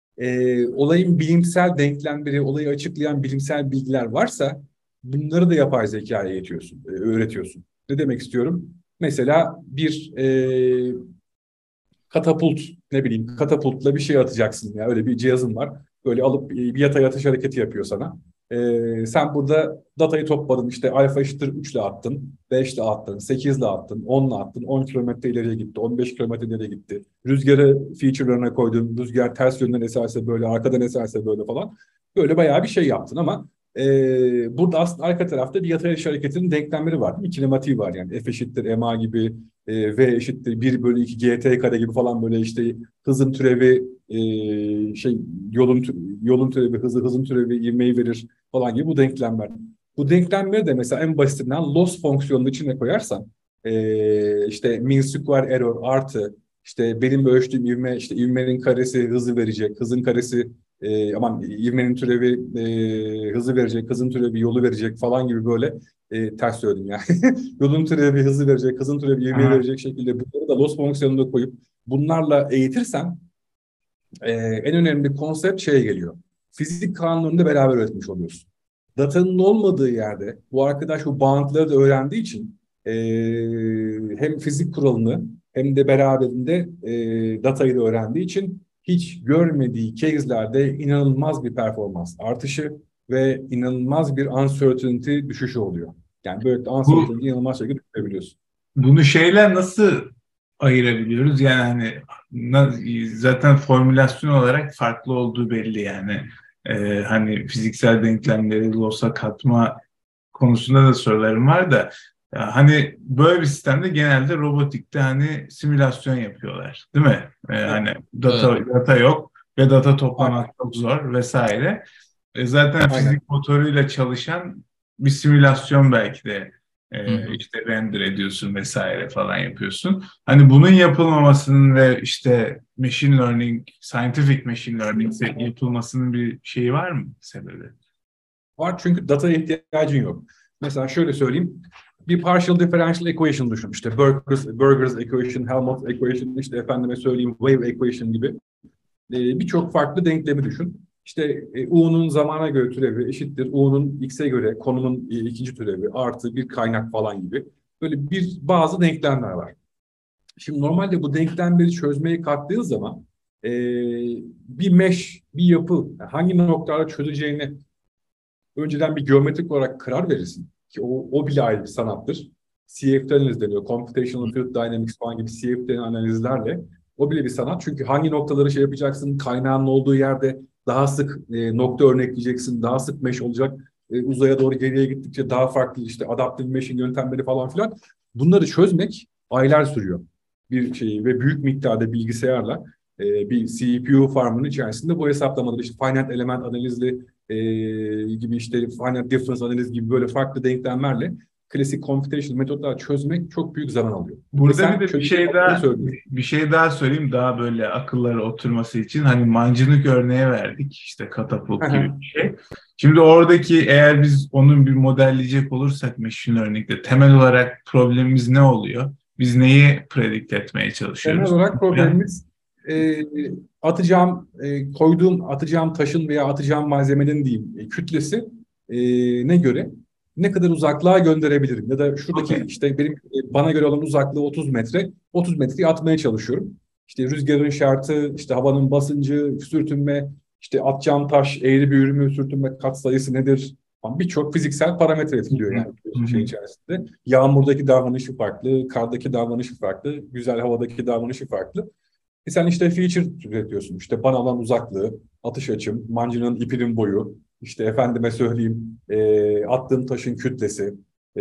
C: e, olayın bilimsel denklemleri, olayı açıklayan bilimsel bilgiler varsa bunları da yapay zekaya eğitiyorsun, e, öğretiyorsun. Ne demek istiyorum? Mesela bir e, katapult, ne bileyim katapultla bir şey atacaksın ya öyle bir cihazın var. Böyle alıp bir yatay atış hareketi yapıyor sana. Ee, sen burada datayı topladın işte alfa eşittir üç ile attın, beş ile attın, sekiz ile attın, on ile attın, on kilometre ileriye gitti, on beş kilometre ileriye gitti. Rüzgarı feature'larına koydun, rüzgar ters yönden eserse böyle, arkadan eserse böyle falan. Böyle bayağı bir şey yaptın ama e, burada aslında arka tarafta bir yatay atış hareketinin denklemleri var. Bir kinematiği var yani F eşittir ma gibi e, V eşittir bir bölü iki G T kare gibi falan böyle işte hızın türevi e, şey yolun yolun türevi hızı hızın türevi ivmeyi verir falan gibi bu denklemler. Bu denklemleri de mesela en basitinden loss fonksiyonunun içine koyarsan e, işte mean square error artı işte benim ölçtüğüm ivme işte ivmenin karesi hızı verecek hızın karesi e, aman ivmenin türevi e, hızı verecek hızın türevi yolu verecek falan gibi böyle e, ters söyledim yani. Yolun türevi hızı verecek, hızın türevi ivmeyi verecek şekilde bunları da loss fonksiyonunda koyup bunlarla eğitirsen e, en önemli konsept şeye geliyor. Fizik kanununda beraber öğretmiş oluyorsun. Datanın olmadığı yerde bu arkadaş bu bağıntıları da öğrendiği için e, hem fizik kuralını hem de beraberinde e, datayı da öğrendiği için hiç görmediği case'lerde inanılmaz bir performans artışı ve inanılmaz bir uncertainty düşüşü oluyor. Yani böyle
A: Bu
C: uncertainty inanılmaz şekilde düşürebiliyorsun.
A: Bunu şeyle nasıl ayırabiliyoruz? Yani hani na- zaten formülasyon olarak farklı olduğu belli yani. Ee, hani fiziksel denklemleri loss'a katma konusunda da sorularım var da ya hani böyle bir sistemde genelde robotikte hani simülasyon yapıyorlar, değil mi? Ee,
C: Evet.
A: hani
B: Evet.
A: data data yok ve data
C: Aynen.
A: toplamak çok zor vesaire. E, zaten
C: Aynen.
A: fizik motoruyla çalışan bir simülasyon belki de
B: Hı
A: e,
B: hı.
A: işte render ediyorsun vesaire falan yapıyorsun. Hani bunun yapılmamasının ve işte machine learning, scientific machine learning yapılmasının bir şeyi var mı sebebi?
C: Var çünkü dataya ihtiyacın yok. Mesela şöyle söyleyeyim. Bir partial differential equation düşün. İşte Burgers, Burgers equation, Helmholtz equation, işte efendime söyleyeyim wave equation gibi e, birçok farklı denklemi düşün. İşte e, U'nun zamana göre türevi eşittir. U'nun X'e göre konumun e, ikinci türevi artı bir kaynak falan gibi. Böyle bir bazı denklemler var. Şimdi normalde bu denklemleri çözmeye kalktığın zaman e, bir mesh, bir yapı hangi noktalarda çözeceğini önceden bir geometrik olarak karar verirsin. Ki o, o bile ayrı bir sanattır. C F D analiz deniyor. Computational Fluid Dynamics falan gibi C F D analizlerle. O bile bir sanat. Çünkü hangi noktaları şey yapacaksın, kaynağın olduğu yerde daha sık e, nokta örnekleyeceksin, daha sık mesh olacak. E, uzaya doğru geriye gittikçe daha farklı işte adaptive meshing yöntemleri falan filan. Bunları çözmek aylar sürüyor. Bir şeyi ve büyük miktarda bilgisayarla e, bir C P U farmının içerisinde bu hesaplamaları işte finite element analizli e, gibi işte finite difference analiz gibi böyle farklı denklemlerle klasik computational metotlar çözmek çok büyük zaman alıyor. Ve
A: Burada bir
C: sen
A: de bir
C: çözeceğin
A: şey
C: noktayı
A: daha
C: söylüyorsun.
A: bir şey daha söyleyeyim daha böyle akıllara oturması için hani mancınık örneği verdik işte katapult gibi bir şey. Şimdi oradaki eğer biz onun bir modelleyecek olursak machine learning'de temel olarak problemimiz ne oluyor? Biz neyi predict etmeye
C: Temel
A: çalışıyoruz?
C: olarak
A: Yani,
C: problemimiz e, atacağım, e, koyduğum, atacağım taşın veya atacağım malzemenin diyeyim e, kütlesi e, ne göre ne kadar uzaklığa gönderebilirim? Ya da şuradaki
A: okay.
C: işte benim e, bana göre olan uzaklığı otuz metre, otuz metreyi atmaya çalışıyorum. İşte rüzgarın şartı, işte havanın basıncı, sürtünme, işte atacağım taş, eğri büğrü mü, sürtünme katsayısı nedir? Birçok fiziksel parametre
A: Hı
C: etkiliyor
A: hı,
C: yani
A: hı
C: şey
A: hı.
C: içerisinde. Yağmurdaki davranışı farklı, kardaki davranışı farklı, güzel havadaki davranışı farklı. E sen işte feature üretiyorsun. İşte bana alan uzaklığı, atış açım, mancının ipinin boyu, işte efendime söyleyeyim e, attığım taşın kütlesi, e,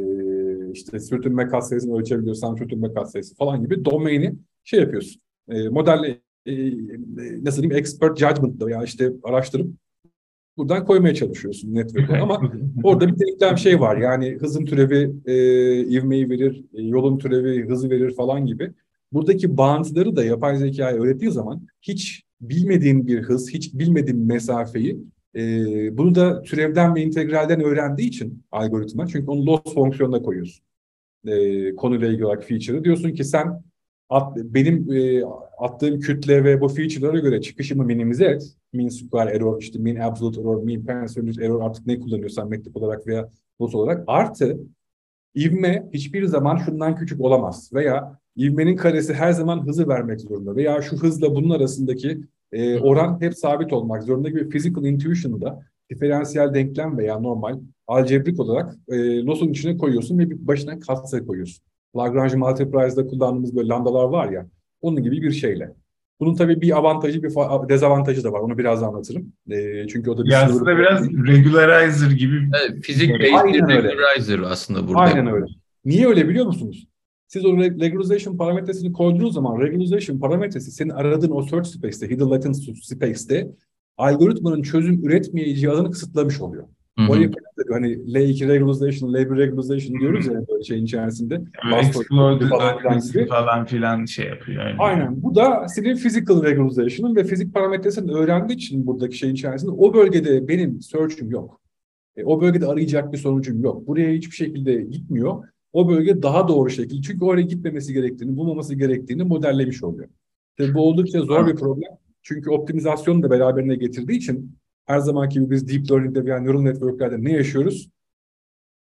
C: işte sürtünme katsayısını ölçebiliyorsan sürtünme katsayısı falan gibi domaini şey yapıyorsun. E, modelle e, e, nasıl diyeyim expert judgment veya işte araştırıp buradan koymaya çalışıyorsun network olarak. Ama orada bir denklem şey var. Yani hızın türevi e, ivmeyi verir, e, yolun türevi hızı verir falan gibi. Buradaki bağıntıları da yapay zekaya öğrettiği zaman hiç bilmediğin bir hız, hiç bilmediğin mesafeyi e, bunu da türevden ve integralden öğrendiği için algoritma. Çünkü onu loss fonksiyonuna koyuyorsun e, konuyla ilgili olarak feature'ı. Diyorsun ki sen at, benim e, attığım kütle ve bu feature'lara göre çıkışımı minimize et. Mean square error, işte mean absolute error, mean percentage error artık ne kullanıyorsan mektep olarak veya loss olarak. Artı ivme hiçbir zaman şundan küçük olamaz. Veya ivmenin karesi her zaman hızı vermek zorunda. Veya şu hızla bunun arasındaki e, oran hep sabit olmak zorunda gibi physical intuition'da diferansiyel denklem veya normal algebrik olarak e, loss'un içine koyuyorsun ve bir başına katsayı koyuyorsun. Lagrange multiplies'da kullandığımız böyle lambdalar var ya, onun gibi bir şeyle. Bunun tabii bir avantajı, bir dezavantajı da var. Onu biraz anlatırım. E, çünkü o da bir
A: Ya
C: sınırlı
A: aslında biraz
C: problem.
A: regularizer gibi
B: Evet,
A: bir
B: fizik
A: şey.
B: based bir
C: Aynen öyle.
B: regularizer aslında burada.
C: Aynen öyle. Niye öyle biliyor musunuz? Siz o regularization parametresini koyduğunuz zaman regularization parametresi senin aradığın o search space'te, hidden latency space'te algoritmanın çözüm üretmeyeceği alanı kısıtlamış oluyor.
B: Hı hı.
C: Oraya hani L iki regularization, L bir regularization diyoruz ya böyle şeyin içerisinde.
A: Böyle
C: Bastard
A: explode
C: falan filan
A: accuracy
C: gibi.
A: falan filan şey yapıyor. Öyle.
C: Aynen. Bu da senin physical regularization ve fizik parametresini öğrendiği için buradaki şeyin içerisinde o bölgede benim search'üm yok. E, o bölgede arayacak bir sonucum yok. Buraya hiçbir şekilde gitmiyor. O bölge daha doğru şekilde. Çünkü oraya gitmemesi gerektiğini, bulmaması gerektiğini modellemiş oluyor. Tabii bu oldukça zor bir problem. Çünkü optimizasyonu da beraberine getirdiği için her zamanki gibi biz deep learning'de veya neural network'lerde ne yaşıyoruz?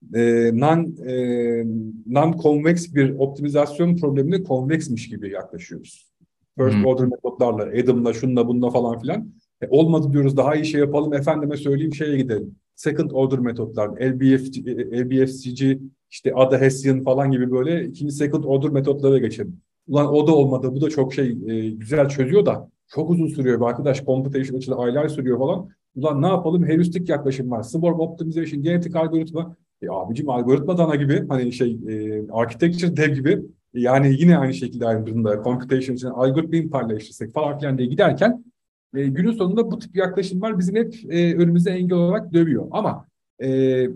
C: e, non e, non-convex bir optimizasyon problemine konveksmiş gibi yaklaşıyoruz. First
A: Hmm.
C: order metotlarla, Adam'la, şunla, bununla falan filan. E, olmadı diyoruz, daha iyi şey yapalım, efendime söyleyeyim şeye gidelim. Second order metotlar, L B F, L B F C G, işte Ada Hessian falan gibi böyle ikinci second order metotlara geçelim. Ulan o da olmadı, bu da çok şey e, güzel çözüyor da çok uzun sürüyor be arkadaş, computation açıda aylar sürüyor falan. Ulan ne yapalım? Heuristik yaklaşım var. Swarm optimization, genetik algoritma. E abicim algoritma dana gibi, hani şey e, architecture dev gibi, yani yine aynı şekilde aynı durumda computation için algoritmayı paylaşırsak falan filan diye giderken e, günün sonunda bu tip yaklaşımlar bizim hep e, önümüze engel olarak dövüyor. Ama e,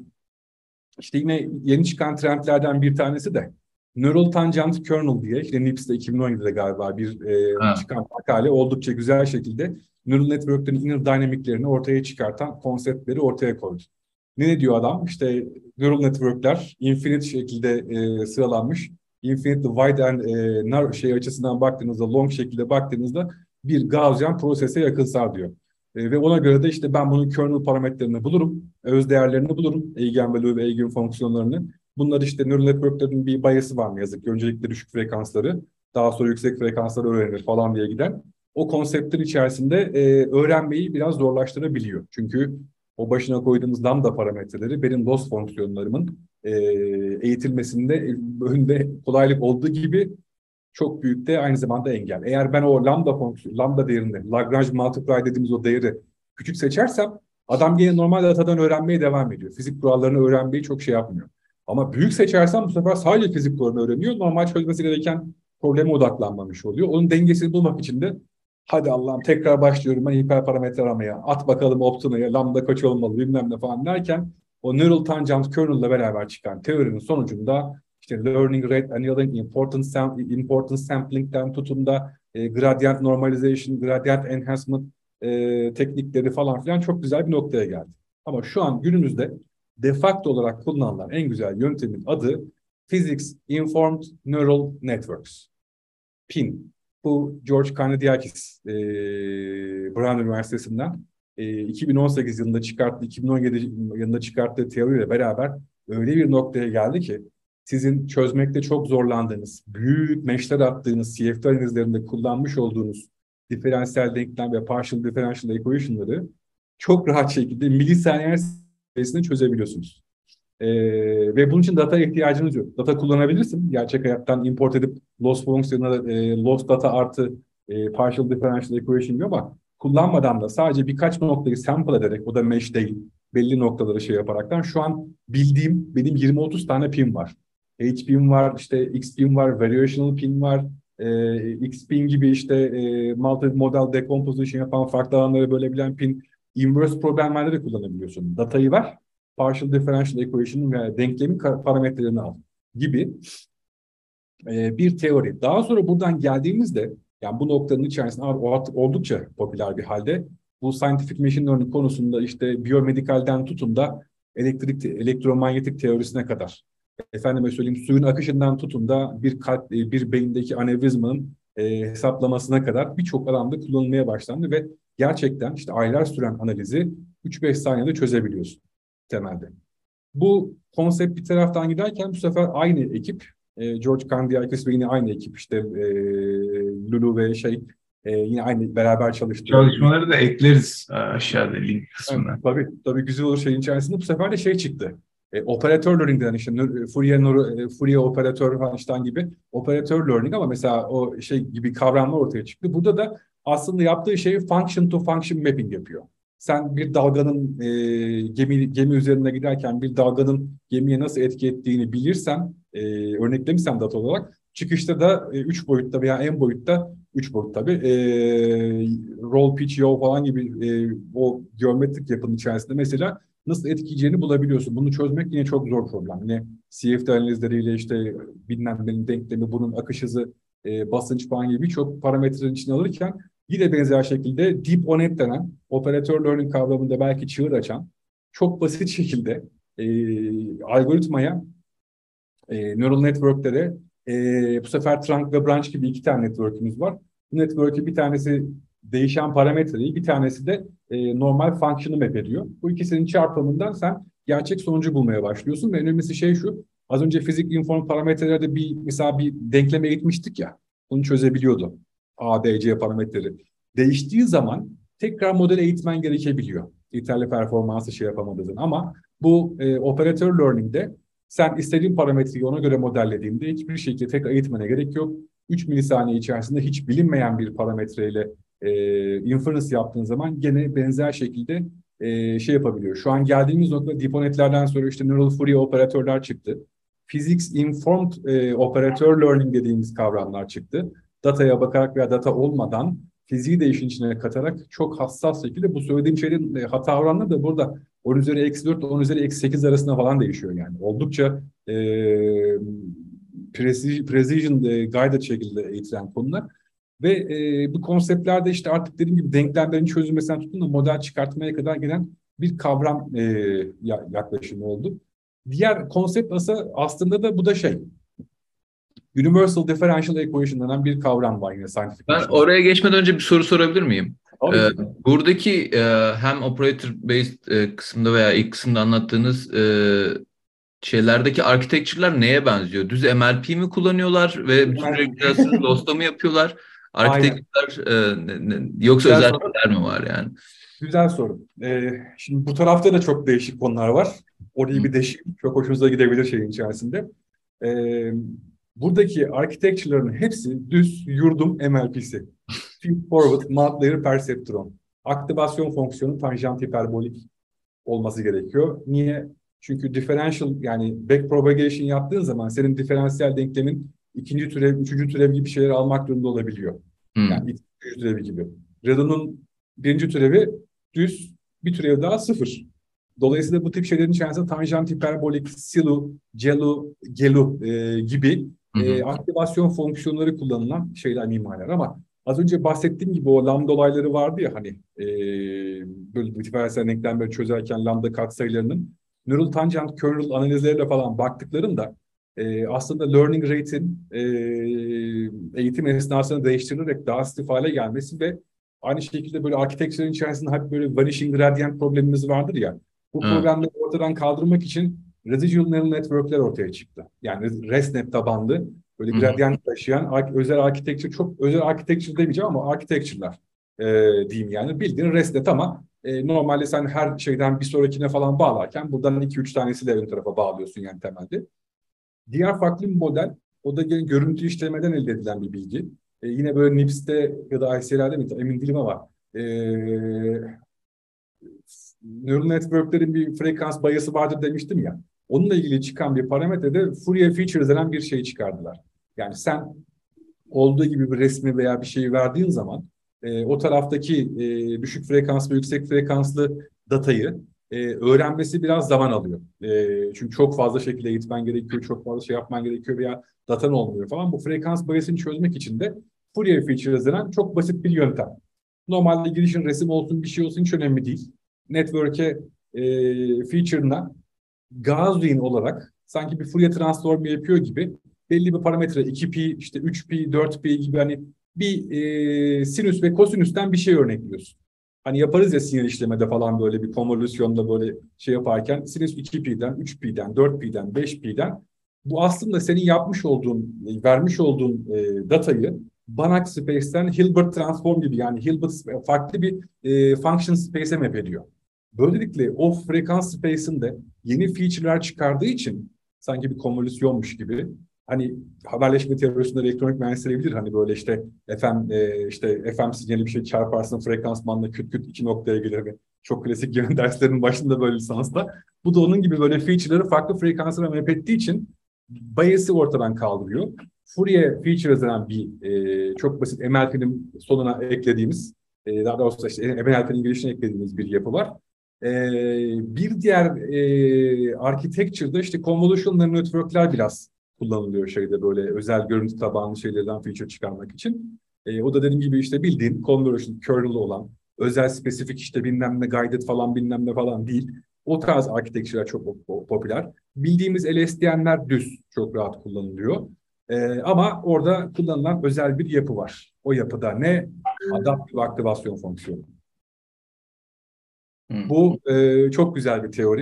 C: işte yine yeni çıkan trendlerden bir tanesi de Neural Tangent Kernel diye, işte N I P S'te iki bin on yedide galiba bir e,
A: Ha.
C: çıkan makale oldukça güzel şekilde neural network'lerin inner dynamic'lerini ortaya çıkartan konseptleri ortaya koydu. Ne diyor adam? İşte neural network'ler infinite şekilde e, sıralanmış. Infinite wide and e, narrow şey açısından baktığınızda, long şekilde baktığınızda bir Gaussian prosese yakınsar diyor. E, ve ona göre de işte ben bunun kernel parametrelerini bulurum, öz değerlerini bulurum, eigenvalue ve eigen fonksiyonlarını. Bunlar işte neural network'lerin bir bias'ı var ne yazık ki. Öncelikle düşük frekansları, daha sonra yüksek frekansları öğrenir falan diye giden. O konseptler içerisinde e, öğrenmeyi biraz zorlaştırabiliyor. Çünkü o başına koyduğumuz lambda parametreleri benim loss fonksiyonlarımın e, eğitilmesinde önünde kolaylık olduğu gibi çok büyük de aynı zamanda engel. Eğer ben o lambda fonksiyon, lambda değerini, Lagrange multiply dediğimiz o değeri küçük seçersem, adam yine normal datadan öğrenmeye devam ediyor. Fizik kurallarını öğrenmeyi çok şey yapmıyor. Ama büyük seçersem bu sefer sadece fizik kuralını öğreniyor. Normal çözmesi gereken probleme odaklanmamış oluyor. Onun dengesini bulmak için de hadi Allah'ım tekrar başlıyorum ben hiperparametre aramaya. At bakalım optimaya, lambda kaç olmalı bilmem ne falan derken o neural tangent kernel ile beraber çıkan teorinin sonucunda işte learning rate annealing, important, sam important sampling'den tutun da e, gradient normalization, gradient enhancement e, teknikleri falan filan çok güzel bir noktaya geldi. Ama şu an günümüzde de facto olarak kullanılan en güzel yöntemin adı Physics Informed Neural Networks. P I N. Bu George Kanidiakis e, Brown Üniversitesi'nden e, iki bin on sekiz yılında çıkarttığı, iki bin on yedi yılında çıkarttığı teoriyle beraber öyle bir noktaya geldi ki sizin çözmekte çok zorlandığınız, büyük meşler attığınız C F D analizlerinde kullanmış olduğunuz diferansiyel denklem ve partial differential equation'ları çok rahat şekilde milisaniyeler seviyesinde çözebiliyorsunuz. Ee, ve bunun için data ihtiyacınız yok. Data kullanabilirsin. Gerçek hayattan import edip loss fonksiyonuna e, loss data artı e, partial differential equation diyor ama kullanmadan da sadece birkaç noktayı sample ederek, o da mesh değil, belli noktaları şey yaparaktan şu an bildiğim benim yirmi otuz tane pin var. H-pin var, işte X-pin var, variational pin var, e, X-pin gibi işte e, multi-model decomposition yapan, farklı alanları bölebilen pin, inverse problemlerde de kullanabiliyorsun. Datayı ver, partial differential equation'ın veya denklemin parametrelerini al gibi e, bir teori. Daha sonra buradan geldiğimizde, yani bu noktanın içerisinde artık oldukça popüler bir halde bu scientific machine learning konusunda işte biyomedikalden tutun da elektrik, elektromanyetik teorisine kadar, efendime söyleyeyim suyun akışından tutun da bir kalp, bir beyindeki anevrizmanın e, hesaplamasına kadar birçok alanda kullanılmaya başlandı ve gerçekten işte aylar süren analizi üç beş saniyede çözebiliyorsun temelde. Bu konsept bir taraftan giderken bu sefer aynı ekip, e, George Kanidiakis ve yine aynı ekip işte e, Lulu ve şey e, yine aynı beraber çalıştığı
A: Çalışmaları da ekleriz aşağıda link
C: evet,
A: kısmına.
C: tabii, tabii güzel olur şeyin içerisinde. Bu sefer de şey çıktı. E, operatör learning'den işte Fourier, e, Fourier operatör Einstein gibi operatör learning ama mesela o şey gibi kavramlar ortaya çıktı. Burada da aslında yaptığı şey function to function mapping yapıyor. Sen bir dalganın e, gemi gemi üzerinde giderken bir dalganın gemiye nasıl etki ettiğini bilirsen, e, örneklemişsen data olarak çıkışta da e, üç boyutta veya en boyutta üç boyut tabii e, roll pitch yaw falan gibi e, o geometrik yapının içerisinde mesela nasıl etkileyeceğini bulabiliyorsun. Bunu çözmek yine çok zor problem. Yine C F D analizleriyle işte bilmem nenin denklemi, bunun akış hızı, e, basınç falan gibi birçok parametrenin içine alırken yine benzer şekilde deep O-Net denen operatör learning kavramında belki çığır açan çok basit şekilde e, algoritmaya, e, neural networklere e, bu sefer trunk ve branch gibi iki tane network'ümüz var. Bu network'ü bir tanesi değişen parametreyi, bir tanesi de e, normal function'ı map ediyor. Bu ikisinin çarpımından sen gerçek sonucu bulmaya başlıyorsun ve en önemlisi şey şu. Az önce fizik inform parametrelerde bir mesela bir denkleme eğitmiştik ya. Onu çözebiliyordu. A, B, C parametreleri. Değiştiği zaman tekrar model eğitmen gerekebiliyor. Yeterli performansı şey yapamadığın. Ama bu e, operatör learning'de sen istediğin parametreyi ona göre modellediğinde hiçbir şekilde tekrar eğitmene gerek yok. üç milisaniye içerisinde hiç bilinmeyen bir parametreyle e, inference yaptığın zaman gene benzer şekilde e, şey yapabiliyor. Şu an geldiğimiz nokta deep netlerden sonra işte neural Fourier operatörler çıktı. Physics informed e, operatör learning dediğimiz kavramlar çıktı. Dataya bakarak veya data olmadan fiziği de işin içine katarak çok hassas şekilde bu söylediğim şeylerin e, hata oranları da burada on üzeri eksi dört ile on üzeri eksi sekiz arasında falan değişiyor yani. Oldukça e, precision, precision e, guided şekilde eğitilen konular. Ve e, bu konseptlerde işte artık dediğim gibi denklemlerin çözülmesinden tutun da model çıkartmaya kadar gelen bir kavram e, yaklaşımı oldu. Diğer konsept aslında da bu da şey, Universal Differential Equation denen bir kavram var yine scientific.
D: Ben oraya geçmeden önce bir soru sorabilir miyim? Ee, buradaki e, hem operator based e, kısımda veya ilk kısımda anlattığınız e, şeylerdeki architecture'lar neye benziyor? Düz M L P mi kullanıyorlar ve bütün regülasyonu DOS'ta mı yapıyorlar? Architecture'lar e, ne, ne, yoksa
C: Güzel
D: özellikler soru. mi var yani?
C: Güzel soru. Ee, şimdi bu tarafta da çok değişik konular var. Orayı bir deşeyim. Çok hoşunuza gidebilir şeyin içerisinde. Ee, buradaki architecture'ların hepsi düz yurdum M L P'si. Feed forward, multilayer perceptron. Aktivasyon fonksiyonu tanjant hiperbolik olması gerekiyor. Niye? Çünkü differential yani back propagation yaptığın zaman senin diferansiyel denklemin ikinci türev, üçüncü türev gibi şeyler almak durumunda olabiliyor. Hmm. Yani ikinci türevi gibi. Redon'un birinci türevi düz, bir türev daha sıfır. Dolayısıyla bu tip şeylerin içerisinde tanjant hiperbolik, silu, celu, gelu e, gibi e, aktivasyon fonksiyonları kullanılan şeyler mimarlar ama az önce bahsettiğim gibi o lambda olayları vardı ya hani e, böyle diferansiyel denklem böyle çözerken lambda katsayılarının neural tangent kernel analizleriyle falan baktıklarında e, aslında learning rate'in e, eğitim esnasında değiştirilerek daha stiff hale gelmesi ve aynı şekilde böyle architecture'ın içerisinde hep böyle vanishing gradient problemimiz vardır ya. Bu evet. Problemleri ortadan kaldırmak için residual neural network'ler ortaya çıktı. Yani ResNet tabanlı böyle gradient taşıyan özel architecture, çok özel architecture demeyeceğim ama architecture'lar e, diyeyim yani. Bildiğin ResNet ama e, normalde sen her şeyden bir sonrakine falan bağlarken buradan iki üç tanesiyle ön tarafa bağlıyorsun yani temelde. Diğer farklı bir model, o da görüntü işlemeden elde edilen bir bilgi. E, yine böyle N I P S'te ya da I C L'de mi emin değilim ama e, neural network'lerin bir frekans bayası vardır demiştim ya. Onunla ilgili çıkan bir parametrede Fourier features denen bir şey çıkardılar. Yani sen olduğu gibi bir resmi veya bir şeyi verdiğin zaman e, o taraftaki e, düşük frekanslı, yüksek frekanslı datayı e, öğrenmesi biraz zaman alıyor. E, çünkü çok fazla şekilde eğitmen gerekiyor, çok fazla şey yapman gerekiyor veya datan olmuyor falan. Bu frekans bayasını çözmek için de Fourier features denen çok basit bir yöntem. Normalde girişin resim olsun, bir şey olsun hiç önemli değil. Network'e e, feature'ına Gaussian olarak sanki bir Fourier transform yapıyor gibi belli bir parametre iki pi, işte üç pi, dört pi gibi hani bir e, sinüs ve kosinüsten bir şey örnekliyorsun. Hani yaparız ya sinyal işlemede falan böyle bir konvolüsyonda böyle şey yaparken sinüs iki pi'den, üç pi'den, dört pi'den, beş pi'den bu aslında senin yapmış olduğun, vermiş olduğun e, datayı Banach space'ten Hilbert transform gibi yani Hilbert farklı bir e, function space'e map ediyor. Böylelikle o frekans space'inde yeni feature'lar çıkardığı için sanki bir konvolüsyonmuş gibi hani haberleşme teorisinde elektronik mühendisleri bilir hani böyle işte F M e, işte F M sinyali bir şey çarparsın frekans bandına küt küt iki noktaya gelir. Çok klasik yön derslerinin başında böyle lisansta. Bu da onun gibi böyle feature'ları farklı frekanslara map ettiği için bias'ı ortadan kaldırıyor. Fourier features denen bir e, çok basit M L P'nin sonuna eklediğimiz e, daha doğrusu işte M L P'nin girişine eklediğimiz bir yapı var. E, bir diğer e, architecture'da işte convolutional neural network'ler biraz kullanılıyor şeyde böyle özel görüntü tabanlı şeylerden feature çıkarmak için. E, o da dediğim gibi işte bildiğin convolution kernel olan özel spesifik işte bilmem ne guided falan bilmem ne falan değil. O tarz architecture'lar çok popüler. Bildiğimiz L S D N'ler düz çok rahat kullanılıyor. Ee, ama orada kullanılan özel bir yapı var. O yapıda ne? Adaptif aktivasyon fonksiyonu. Hmm. Bu e, çok güzel bir teori.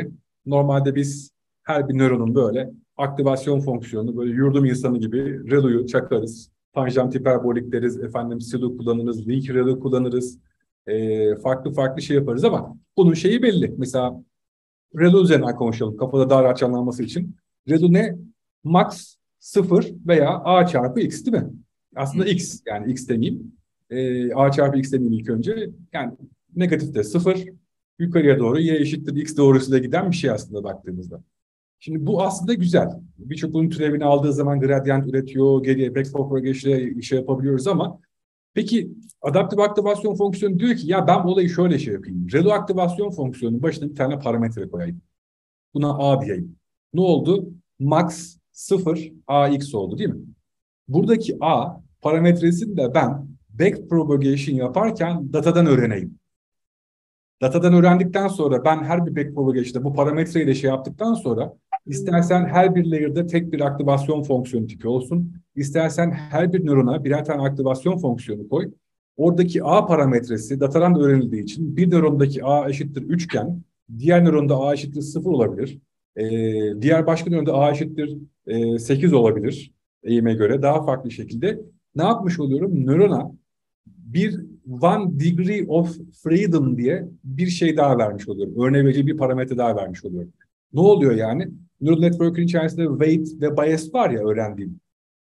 C: Normalde biz her bir nöronun böyle aktivasyon fonksiyonu, böyle yurdum insanı gibi relo'yu çakarız. Tanjant hiperbolik deriz, efendim silu kullanırız, link relo kullanırız. E, farklı farklı şey yaparız ama bunun şeyi belli. Mesela relo üzerinden konuşalım kafada daha rahat canlanması için. Relo ne? Max sıfır veya a çarpı x değil mi? Aslında x, yani x demeyeyim. E, a çarpı x demeyeyim ilk önce. Yani negatif de sıfır, yukarıya doğru y eşittir x doğrusuyla giden bir şey aslında baktığımızda. Şimdi bu aslında güzel. Birçok bunun türevini aldığı zaman gradient üretiyor, geriye backpropagation'e şey yapabiliyoruz ama peki adaptif aktivasyon fonksiyonu diyor ki ya ben olayı şöyle şey yapayım. Relo aktivasyon fonksiyonunun başına bir tane parametre koyayım. Buna a diyeyim. Ne oldu? Max sıfır ax oldu değil mi? Buradaki a parametresini de ben backpropagation yaparken datadan öğreneyim. Datadan öğrendikten sonra ben her bir backpropagation'da bu parametreyle şey yaptıktan sonra istersen her bir layer'da tek bir aktivasyon fonksiyonu tipi olsun. İstersen her bir nörona birer tane aktivasyon fonksiyonu koy. Oradaki a parametresi datadan da öğrenildiği için bir nörondaki a eşittir üçgen, diğer nöronda a eşittir sıfır olabilir. Ee, diğer başka nöronda a eşittir e, sekiz olabilir eğime göre daha farklı şekilde. Ne yapmış oluyorum? Nörona bir one degree of freedom diye bir şey daha vermiş oluyorum. Örneğin bir parametre daha vermiş oluyorum. Ne oluyor yani? Neural network'ün içerisinde weight ve bias var ya öğrendiğim.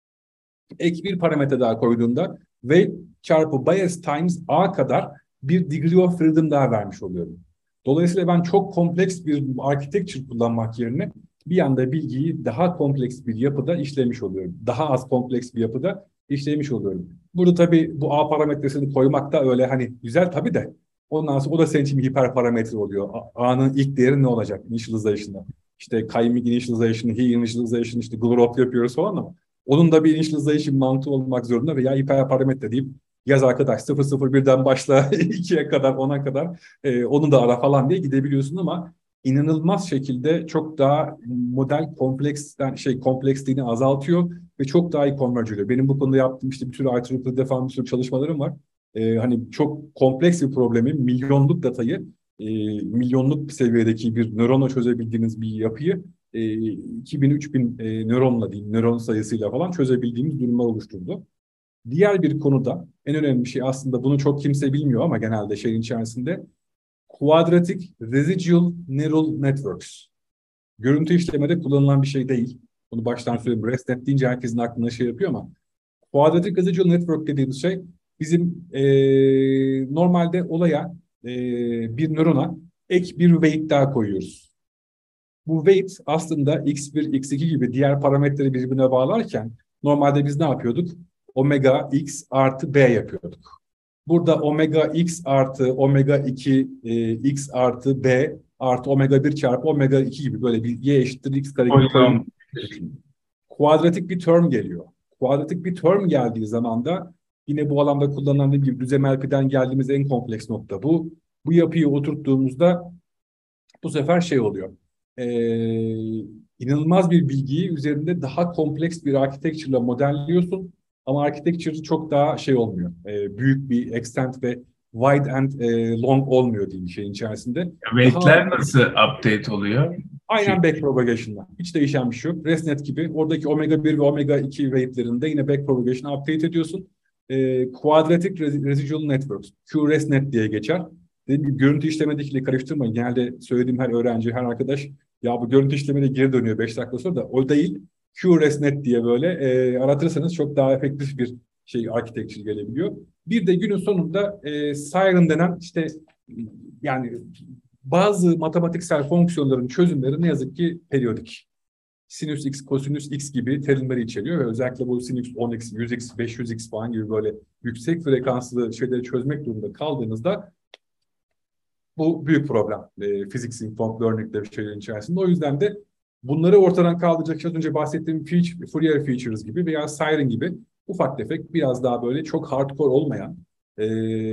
C: Ek bir parametre daha koyduğunda weight çarpı bias times a kadar bir degree of freedom daha vermiş oluyorum. Dolayısıyla ben çok kompleks bir architecture kullanmak yerine bir anda bilgiyi daha kompleks bir yapıda işlemiş oluyorum. Daha az kompleks bir yapıda işlemiş oluyorum. Burada tabii bu a parametresini koymak da öyle hani güzel tabii de ondan sonra o da senin için bir hiperparametre oluyor. A'nın ilk değeri ne olacak initialization'da? İşte Kyming initialization, He initialization, işte Glorop yapıyoruz falan ama onun da bir initialization mantığı olmak zorunda veya hiperparametre deyip yaz arkadaş sıfır sıfır birden başla ikiye kadar ona kadar e, onu da ara falan diye gidebiliyorsun ama inanılmaz şekilde çok daha model kompleksten şey kompleksliğini azaltıyor ve çok daha iyi konverj ediyor. Benim bu konuda yaptığım işte bir sürü I E E E'de falan bir sürü çalışmalarım var. Ee, hani çok kompleks bir problemi, milyonluk datayı, e, milyonluk bir seviyedeki bir nöronla çözebildiğiniz bir yapıyı e, iki bin üç bin e, nöronla diyeyim, nöron sayısıyla falan çözebildiğimiz durumlar oluşturdu. Diğer bir konuda en önemli şey aslında bunu çok kimse bilmiyor ama genelde şeyin içerisinde Quadratic Residual Neural Networks. Görüntü işlemede kullanılan bir şey değil. Bunu baştan söyleyeyim. ResNet deyince herkesin aklına şey yapıyor ama Quadratic Residual Network dediğimiz şey bizim e, normalde olaya e, bir nörona ek bir weight daha koyuyoruz. Bu weight aslında x bir, x iki gibi diğer parametreleri birbirine bağlarken normalde biz ne yapıyorduk? Omega x artı b yapıyorduk. Burada omega x artı omega iki e, x artı b artı omega bir çarpı omega iki gibi böyle bir y eşittir x kare gibi term. Kuadratik bir term geliyor. Kuadratik bir term geldiği zaman da yine bu alanda kullanılan gibi düz M L P'den geldiğimiz en kompleks nokta bu. Bu yapıyı oturttuğumuzda bu sefer şey oluyor. Ee, inanılmaz bir bilgiyi üzerinde daha kompleks bir architecture'la modelliyorsun. Ama architecture çok daha şey olmuyor. E, büyük bir extent ve wide and e, long olmuyor diyeyim şeyin içerisinde.
A: Weight'ler nasıl update oluyor?
C: Aynen
A: Şey.
C: backpropagation'la. Hiç değişen bir şey yok. ResNet gibi oradaki omega bir ve omega iki weight'lerinde yine backpropagation'ı update ediyorsun. E, Quadratic Residual Networks, QResNet diye geçer. Dediğim gibi görüntü işlemedekiyle karıştırmayın. Genelde söylediğim her öğrenci, her arkadaş ya bu görüntü işlemede geri dönüyor beş dakika sonra da o değil. QResNet diye böyle e, aratırsanız çok daha efektif bir şey architecture gelebiliyor. Bir de günün sonunda e, Siren denen işte yani bazı matematiksel fonksiyonların çözümleri ne yazık ki periyodik. Sinüs x, kosinüs x gibi terimleri içeriyor ve özellikle bu sinüs on x, yüz x, beş yüz x falan gibi böyle yüksek frekanslı şeyleri çözmek durumunda kaldığınızda bu büyük problem. E, physics informed learning'de bir şeylerin içerisinde. O yüzden de bunları ortadan kaldıracak, az önce bahsettiğim feature, Fourier features gibi veya Siren gibi ufak tefek biraz daha böyle çok hardcore olmayan e,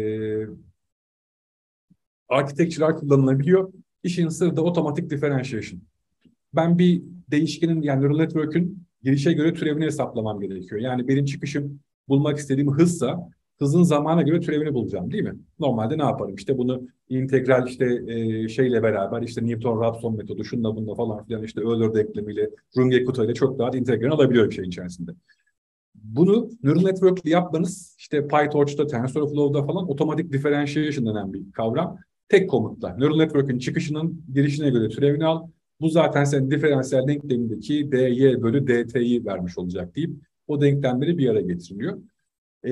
C: architecture'lar kullanılabiliyor. İşin sırrı da otomatik differentiation. Ben bir değişkenin yani neural network'ün girişe göre türevini hesaplamam gerekiyor. Yani benim çıkışım bulmak istediğim hızsa hızın zamana göre türevini bulacağım değil mi? Normalde ne yaparım? İşte bunu integral işte e, şeyle beraber işte Newton-Raphson metodu şunla bununla falan filan işte Euler denklemiyle Runge-Kutta ile çok rahat integral alabiliyorum şeyin içerisinde. Bunu neural network ile yapmanız işte PyTorch'ta, TensorFlow'da falan otomatik differentiation denen bir kavram. Tek komutla neural network'ün çıkışının girişine göre türevini al. Bu zaten senin diferansiyel denklemindeki dy bölü dt'yi vermiş olacak deyip o denklemleri bir araya getiriliyor. Ee,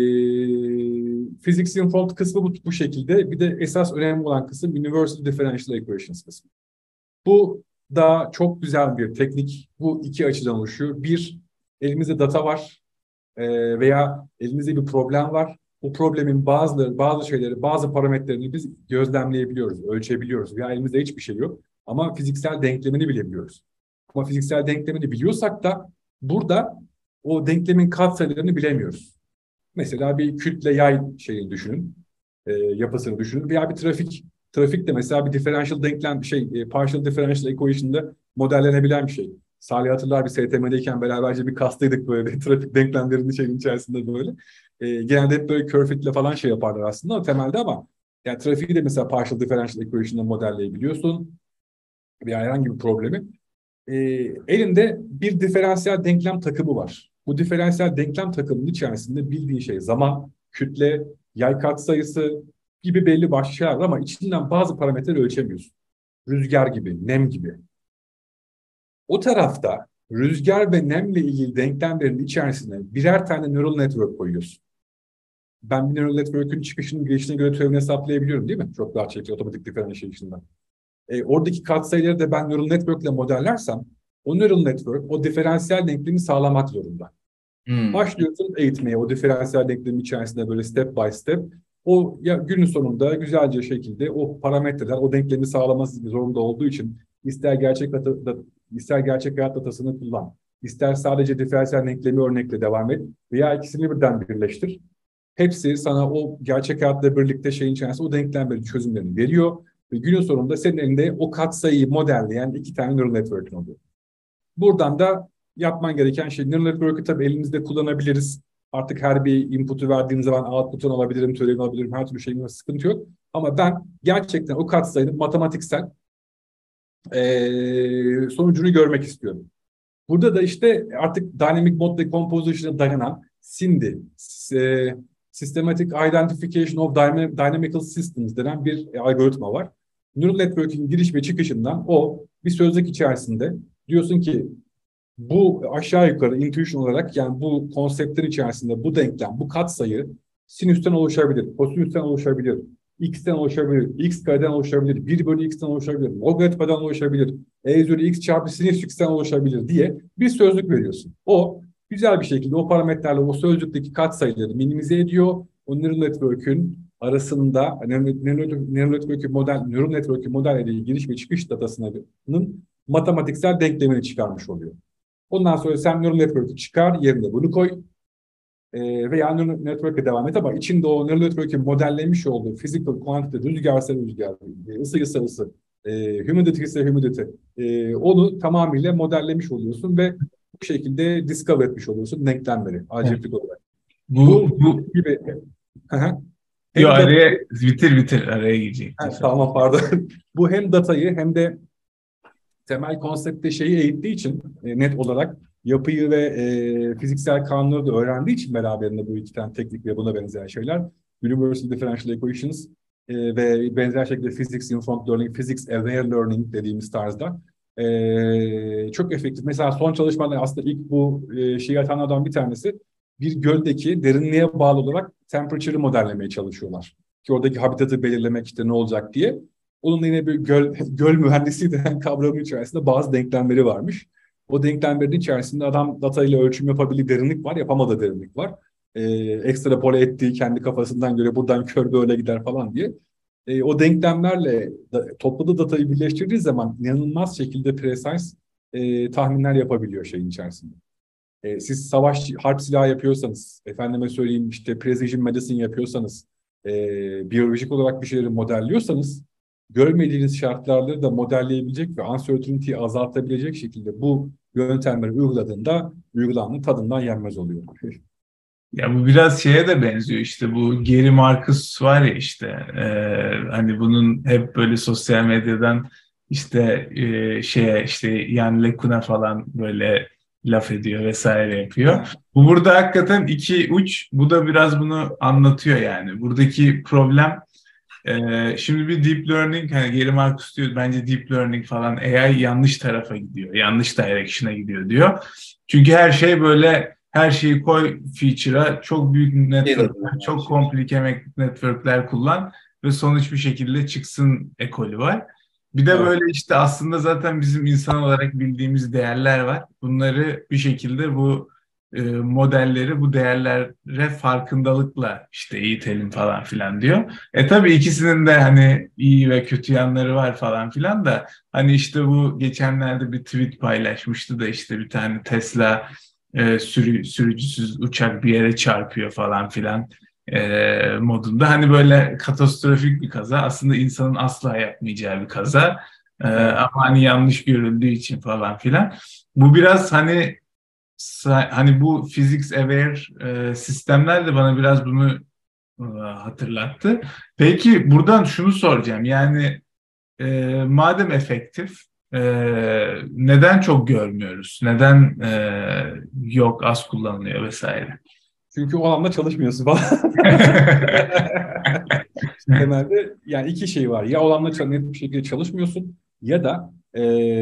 C: Physics Involved kısmı bu, bu şekilde. Bir de esas önemli olan kısım Universal Differential Equations kısmı. Bu da çok güzel bir teknik. Bu iki açıdan oluşuyor. Bir, elimizde data var e, veya elimizde bir problem var. Bu problemin bazıları, bazı şeyleri, bazı parametrelerini biz gözlemleyebiliyoruz, ölçebiliyoruz. Veya elimizde hiçbir şey yok. Ama fiziksel denklemini bilebiliyoruz. Ama fiziksel denklemini biliyorsak da burada o denklemin katsayılarını bilemiyoruz. Mesela bir kütle yay şeyini düşünün, e, yapısını düşünün. Veya bir trafik, trafik de mesela bir differential denklem, şey, e, partial differential equation'da modellenebilen bir şey. Salih hatırlar bir S T M'deyken beraberce bir kastaydık böyle trafik denklemlerinin şeyin içerisinde böyle. E, genelde hep böyle curve fit'le falan şey yaparlar aslında temelde ama yani trafiği de mesela partial differential equation'da modelleyebiliyorsun. Bir herhangi bir problemi. E, elinde bir diferansiyel denklem takımı var. Bu diferansiyel denklem takımının içerisinde bildiğin şey zaman, kütle, yay katsayısı gibi belli başlı şeyler var ama içinden bazı parametreleri ölçemiyorsun. Rüzgar gibi, nem gibi. O tarafta rüzgar ve nemle ilgili denklemlerin içerisine birer tane neural network koyuyorsun. Ben bir neural network'ün çıkışının girişine göre türevini hesaplayabiliyorum değil mi? Çok daha çekici otomatik differentiation'dan. E, oradaki katsayıları da ben neural network ile modellersem o neural network o diferansiyel denklemi sağlamak zorunda. Hmm. Başlıyorsun eğitmeye o diferansiyel denklemin içerisinde böyle step by step. O ya günün sonunda güzelce şekilde o parametreler o denklemi sağlaması zorunda olduğu için ister gerçek data, da, ister gerçek hayat datasını kullan, ister sadece diferansiyel denklemi örnekle devam et veya ikisini birden birleştir. Hepsi sana o gerçek hayatla birlikte şeyin içerisinde o denklemlerin çözümlerini veriyor. Ve günün sonunda senin elinde o katsayıyı modelleyen iki tane neural network'ün oluyor. Buradan da yapman gereken şey neural network'ü tabii elimizde kullanabiliriz. Artık her bir input'u verdiğim zaman output'unu alabilirim, türevini alabilirim, her türlü şeyin sıkıntı yok. Ama ben gerçekten o katsayının matematiksel ee, sonucunu görmek istiyorum. Burada da işte artık Dynamic Mode Decomposition'a dayanan S I M D, e, Systematic Identification of Dynamical Systems denen bir algoritma var. Neural Network'in giriş ve çıkışından o bir sözlük içerisinde diyorsun ki bu aşağı yukarı intuition olarak yani bu konseptler içerisinde bu denklem, bu katsayı sinüsten oluşabilir, kosinüsten oluşabilir, x'ten oluşabilir, x kareden oluşabilir, bir bölü x'ten oluşabilir, logaritmadan oluşabilir, e üzeri x çarpı sinüs x'ten oluşabilir diye bir sözlük veriyorsun. O güzel bir şekilde o parametrelerle o sözlükteki katsayıları minimize ediyor. O neural network'ün arasında neural network'ün model, neural network'ün model edici giriş ve çıkış datasının matematiksel denklemini çıkarmış oluyor. Ondan sonra sen neural network'ü çıkar, yerine bunu koy e, veya neural network'e devam et ama içinde o neural network'ün modellemiş olduğu physical quantity, rüzgarsa rüzgar, ısı ise ısı, e, humidity ise humidity, e, onu tamamıyla modellemiş oluyorsun ve bu şekilde discover etmiş oluyorsun denklemleri, algebrik olarak.
A: Bu, bu, bu
C: gibi.
A: Yo, araya bitir bitir araya girecek.
C: Tamam pardon. Bu hem datayı hem de temel konseptte şeyi eğittiği için e, net olarak yapıyı ve e, fiziksel kanunları da öğrendiği için beraberinde bu iki tane teknik ve buna benzer şeyler. Universal Differential Equations e, ve benzer şekilde Physics Informed Learning, Physics Aware Learning dediğimiz tarzda e, çok efektif. Mesela son çalışmalar aslında ilk bu e, şeyi atanlardan bir tanesi bir göldeki derinliğe bağlı olarak temperature'ı modellemeye çalışıyorlar. Ki oradaki habitatı belirlemek işte ne olacak diye. Onun yine bir göl, göl mühendisliği denen kavramın içerisinde bazı denklemleri varmış. O denklemlerin içerisinde adam data ile ölçüm yapabildiği derinlik var, yapamadığı derinlik var. Ee, ekstrapole ettiği kendi kafasından göre buradan kör böyle gider falan diye. Ee, o denklemlerle da, topladığı datayı birleştirdiği zaman inanılmaz şekilde precise e, tahminler yapabiliyor şeyin içerisinde. Ee, siz savaş, harp silahı yapıyorsanız, efendime söyleyeyim işte precision medicine yapıyorsanız, e, biyolojik olarak bir şeyleri modelliyorsanız, görmediğiniz şartlarda da modelleyebilecek ve uncertainty'yi azaltabilecek şekilde bu yöntemleri uyguladığında uygulananın tadından yenmez oluyor.
A: Ya bu biraz şeye de benziyor, işte bu Gary Marcus var ya, işte e, hani bunun hep böyle sosyal medyadan işte e, şeye işte Yann LeCun'a falan böyle laf ediyor vesaire yapıyor.
C: Ha.
A: Bu burada hakikaten iki uç, bu da biraz bunu anlatıyor yani. Buradaki problem, e, şimdi bir deep learning, hani Gary Marcus diyor bence deep learning falan A I yanlış tarafa gidiyor, yanlış direction'a gidiyor diyor. Çünkü her şey böyle, her şeyi koy feature'a, çok büyük networkler,
B: Yine
A: çok komplike networkler kullan ve sonuç bir şekilde çıksın ekolü var. Bir de
C: Evet.
A: böyle işte aslında zaten bizim insan olarak bildiğimiz değerler var. Bunları bir şekilde bu e, modelleri bu değerlere farkındalıkla işte eğitelim falan filan diyor. E tabii ikisinin de hani iyi ve kötü yanları var falan filan da, hani işte bu geçenlerde bir tweet paylaşmıştı da, işte bir tane Tesla e, sürü, sürücüsüz uçak bir yere çarpıyor falan filan e, modunda. Hani böyle katastrofik bir kaza. Aslında insanın asla yapmayacağı bir kaza. E,
C: Evet.
A: ama hani yanlış görüldüğü için falan filan. Bu biraz hani sa- hani bu physics aware e, sistemler de bana biraz bunu e, hatırlattı. Peki buradan şunu soracağım. Yani e, madem efektif, e, neden çok görmüyoruz? Neden e, yok, az kullanılıyor vesaire?
C: Çünkü o alanda çalışmıyorsun falan. Temelde yani iki şey var. Ya o alanda ça- net bir şekilde çalışmıyorsun ya da e,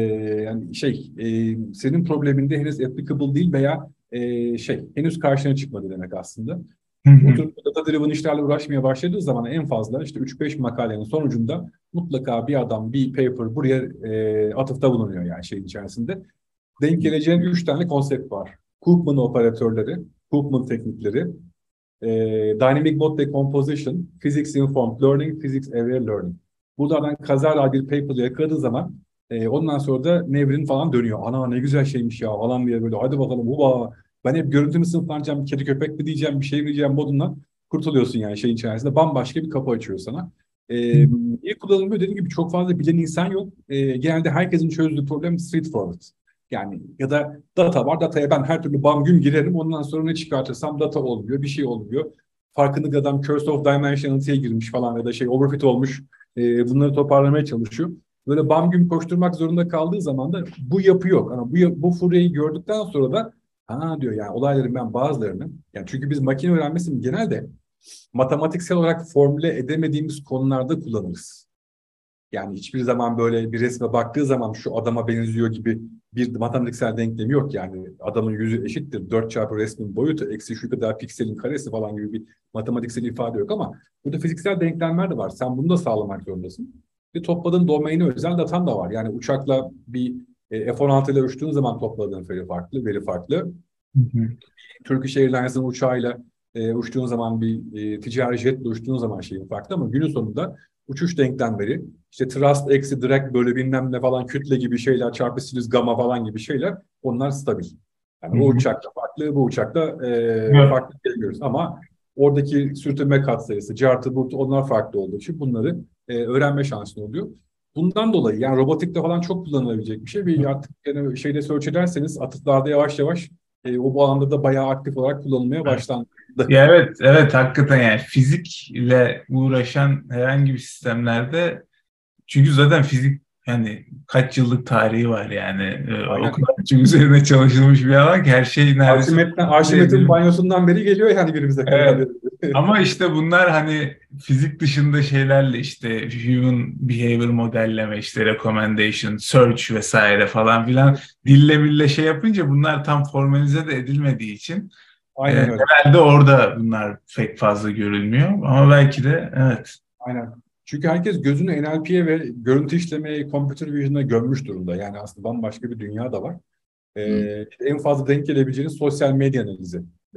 C: yani şey e, senin probleminde henüz applicable değil veya e, şey henüz karşına çıkmadı demek aslında.
A: Hı hı,
C: Oturup data driven işlerle uğraşmaya başladığı zaman en fazla işte üç beş makalenin sonucunda mutlaka bir adam bir paper buraya e, atıfta bulunuyor yani şeyin içerisinde. Denk geleceğin üç tane konsept var. Koopman operatörleri, Koopman teknikleri, e, Dynamic Mode Decomposition, Physics Informed Learning, Physics Aware Learning. Buradan kazara bir paper yakaladığı zaman e, ondan sonra da nevrin falan dönüyor. Ana ne güzel şeymiş ya falan diye böyle hadi bakalım uva. Ben hep görüntü mü sınıflanacağım, kedi köpek mi diyeceğim, bir şey mi diyeceğim modundan kurtuluyorsun yani şeyin içerisinde. Bambaşka bir kapı açıyor sana. E, iyi kullanılmıyor dediğim gibi çok fazla bilen insan yok. E, genelde herkesin çözdüğü problem straightforward. Yani ya da data var. Dataya ben her türlü bam güm girerim. Ondan sonra ne çıkartırsam data olmuyor. Bir şey olmuyor. Farkında adam Curse of Dimensionality'ye girmiş falan ya da şey overfit olmuş. E, bunları toparlamaya çalışıyor. Böyle bam güm koşturmak zorunda kaldığı zaman da bu yapı yok. Ama bu, bu furyayı gördükten sonra da ha diyor yani olayların ben bazılarını yani çünkü biz makine öğrenmesini genelde matematiksel olarak formüle edemediğimiz konularda kullanırız. Yani hiçbir zaman böyle bir resme baktığı zaman şu adama benziyor gibi bir matematiksel denklemi yok yani. Adamın yüzü eşittir. Dört çarpı resmin boyutu eksi şu kadar pikselin karesi falan gibi bir matematiksel ifade yok ama burada fiziksel denklemler de var. Sen bunu da sağlamak zorundasın. Ve topladığın domaini özel datan da var. Yani uçakla bir e, F on altı ile uçtuğun zaman topladığın veri farklı, veri farklı.
A: hı hı.
C: Turkish Airlines'ın uçağıyla e, uçtuğun zaman bir e, ticari jetle uçtuğun zaman şeyin farklı ama günün sonunda uçuş denklemleri işte thrust eksi drag bölü bilmem ne falan kütle gibi şeyler çarpı sinüs gamma falan gibi şeyler onlar stabil. Yani
A: Hı
C: o
A: hı.
C: uçakta farklı bu uçakta e,
A: Evet.
C: farklı görüyoruz ama oradaki sürtünme katsayısı, cartı, burtu onlar farklı olduğu için bunları e, öğrenme şansın oluyor. Bundan dolayı yani robotikte falan çok kullanılabilecek bir şey ve artık yani şeyde search ederseniz atıflarda yavaş yavaş e, o bu alanda da bayağı aktif olarak kullanılmaya başlandı.
A: Ya evet, evet hakikaten yani fizikle uğraşan herhangi bir sistemlerde, çünkü zaten fizik yani kaç yıllık tarihi var yani. Ee, o
C: Aynen.
A: kadar çok üzerine çalışılmış bir alan ki her şey neredeyse
C: Arşimet'ten,
A: otomatize
C: Arşimet'in
A: edilmiş.
C: banyosundan beri geliyor yani birimize kadar.
A: Evet. Ama işte bunlar hani fizik dışında şeylerle, işte human behavior modelleme, işte recommendation, search vesaire falan filan dille mille şey yapınca bunlar tam formalize de edilmediği için e,
C: Aynen öyle.
A: herhalde orada bunlar pek fazla görülmüyor. Ama belki de evet.
C: Aynen. Çünkü herkes gözünü N L P'ye ve görüntü işlemeye, computer vision'a gömmüş durumda. Yani aslında bambaşka bir dünya da var.
D: Hı.
C: Ee, işte en fazla denk gelebileceğiniz sosyal medya analizi.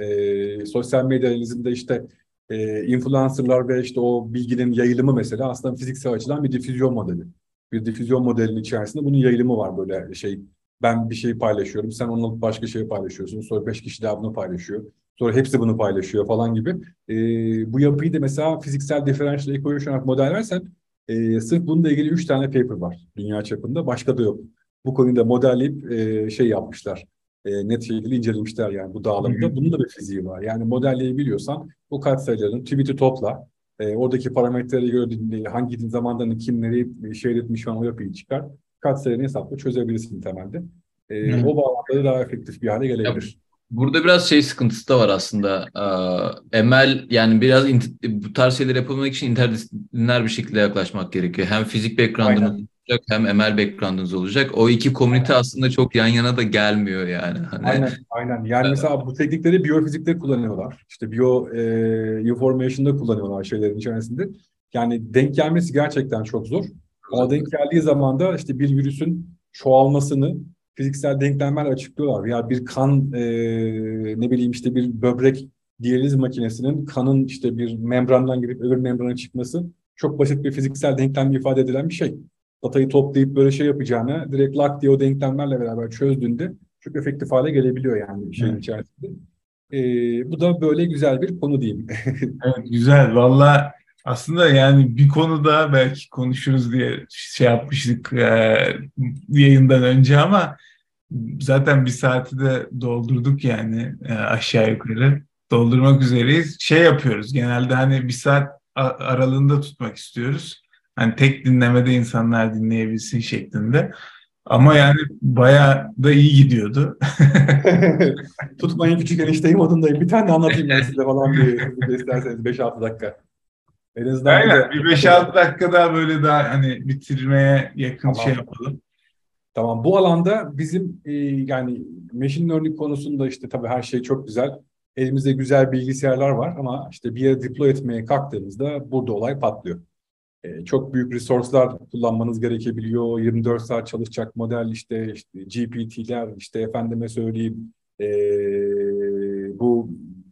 C: Ee, sosyal medya analizinde işte e, influencerlar ve işte o bilginin yayılımı mesela aslında fiziksel açıdan bir difüzyon modeli. Bir difüzyon modelinin içerisinde bunun yayılımı var böyle şey. Ben bir şey paylaşıyorum, sen onunla başka şey paylaşıyorsun. Sonra beş kişi daha bunu paylaşıyor. Sonra hepsi bunu paylaşıyor falan gibi. Ee, bu yapıyı da mesela fiziksel differential equation olarak modellersen e, sırf bununla ilgili üç tane paper var dünya çapında. Başka da yok bu konuyu da modelleyip e, şey yapmışlar. e, net şekilde incelemişler yani bu dağılımda. Bunun da bir fiziği var. Yani modelleyebiliyorsan bu katsayıların tweet'i topla. E, oradaki parametrelere göre dinle, hangi zamandan kim nereyi şey etmiş falan o yapıyı çıkar. Katsayılarını hesapla çözebilirsin temelde. E, o bağlamda da daha efektif bir hale
D: Ya,
C: gelebilir.
D: burada biraz şey sıkıntısı da var aslında. Ee, M L yani biraz int- bu tarz şeyler yapılmak için interdisipliner bir şekilde yaklaşmak gerekiyor. Hem fizik background'ınız
C: Aynen.
D: olacak hem M L background'ınız olacak. O iki komünite aslında çok yan yana da gelmiyor yani. Hani
C: Aynen, aynen. Yani mesela bu teknikleri biyofizikte kullanıyorlar. İşte biyo e, information'da kullanıyorlar şeylerin içerisinde. Yani denk gelmesi gerçekten çok zor. Ama denk geldiği zaman da işte bir virüsün çoğalmasını fiziksel denklemlerle açıklıyorlar. Veya bir kan e, ne bileyim işte bir böbrek diyaliz makinesinin kanın işte bir membrandan girip öbür membrana çıkması çok basit bir fiziksel denklemle ifade edilen bir şey. Datayı toplayıp böyle şey yapacağına direkt lak diye o denklemlerle beraber çözdüğünde çok efektif hale gelebiliyor yani şeyin
A: Evet.
C: içerisinde. Ee, bu da böyle güzel bir konu diyeyim.
A: Evet, güzel. Valla aslında yani bir konuda belki konuşuruz diye şey yapmıştık e, yayından önce ama zaten bir saati de doldurduk yani e, aşağı yukarı. Doldurmak üzereyiz. Şey yapıyoruz genelde hani bir saat a- aralığında tutmak istiyoruz. Hani tek dinlemede insanlar dinleyebilsin şeklinde. Ama yani bayağı da iyi gidiyordu.
C: Tutmayın küçük enişteyi modundayım. Bir tane anlatayım ben size falan diye hızlıca isterseniz beş altı dakika. En azından bu
A: Aynen
C: da
A: bir beş altı dakika daha böyle daha hani bitirmeye yakın şey
C: tamam.
A: yapalım.
C: Tamam. Bu alanda bizim e, yani machine learning konusunda işte tabii her şey çok güzel. Elimizde güzel bilgisayarlar var ama işte bir yere deploy etmeye kalktığımızda burada olay patlıyor. E, çok büyük resource'lar kullanmanız gerekebiliyor. yirmi dört saat çalışacak model işte, işte G P T'ler işte efendime söyleyeyim e, bu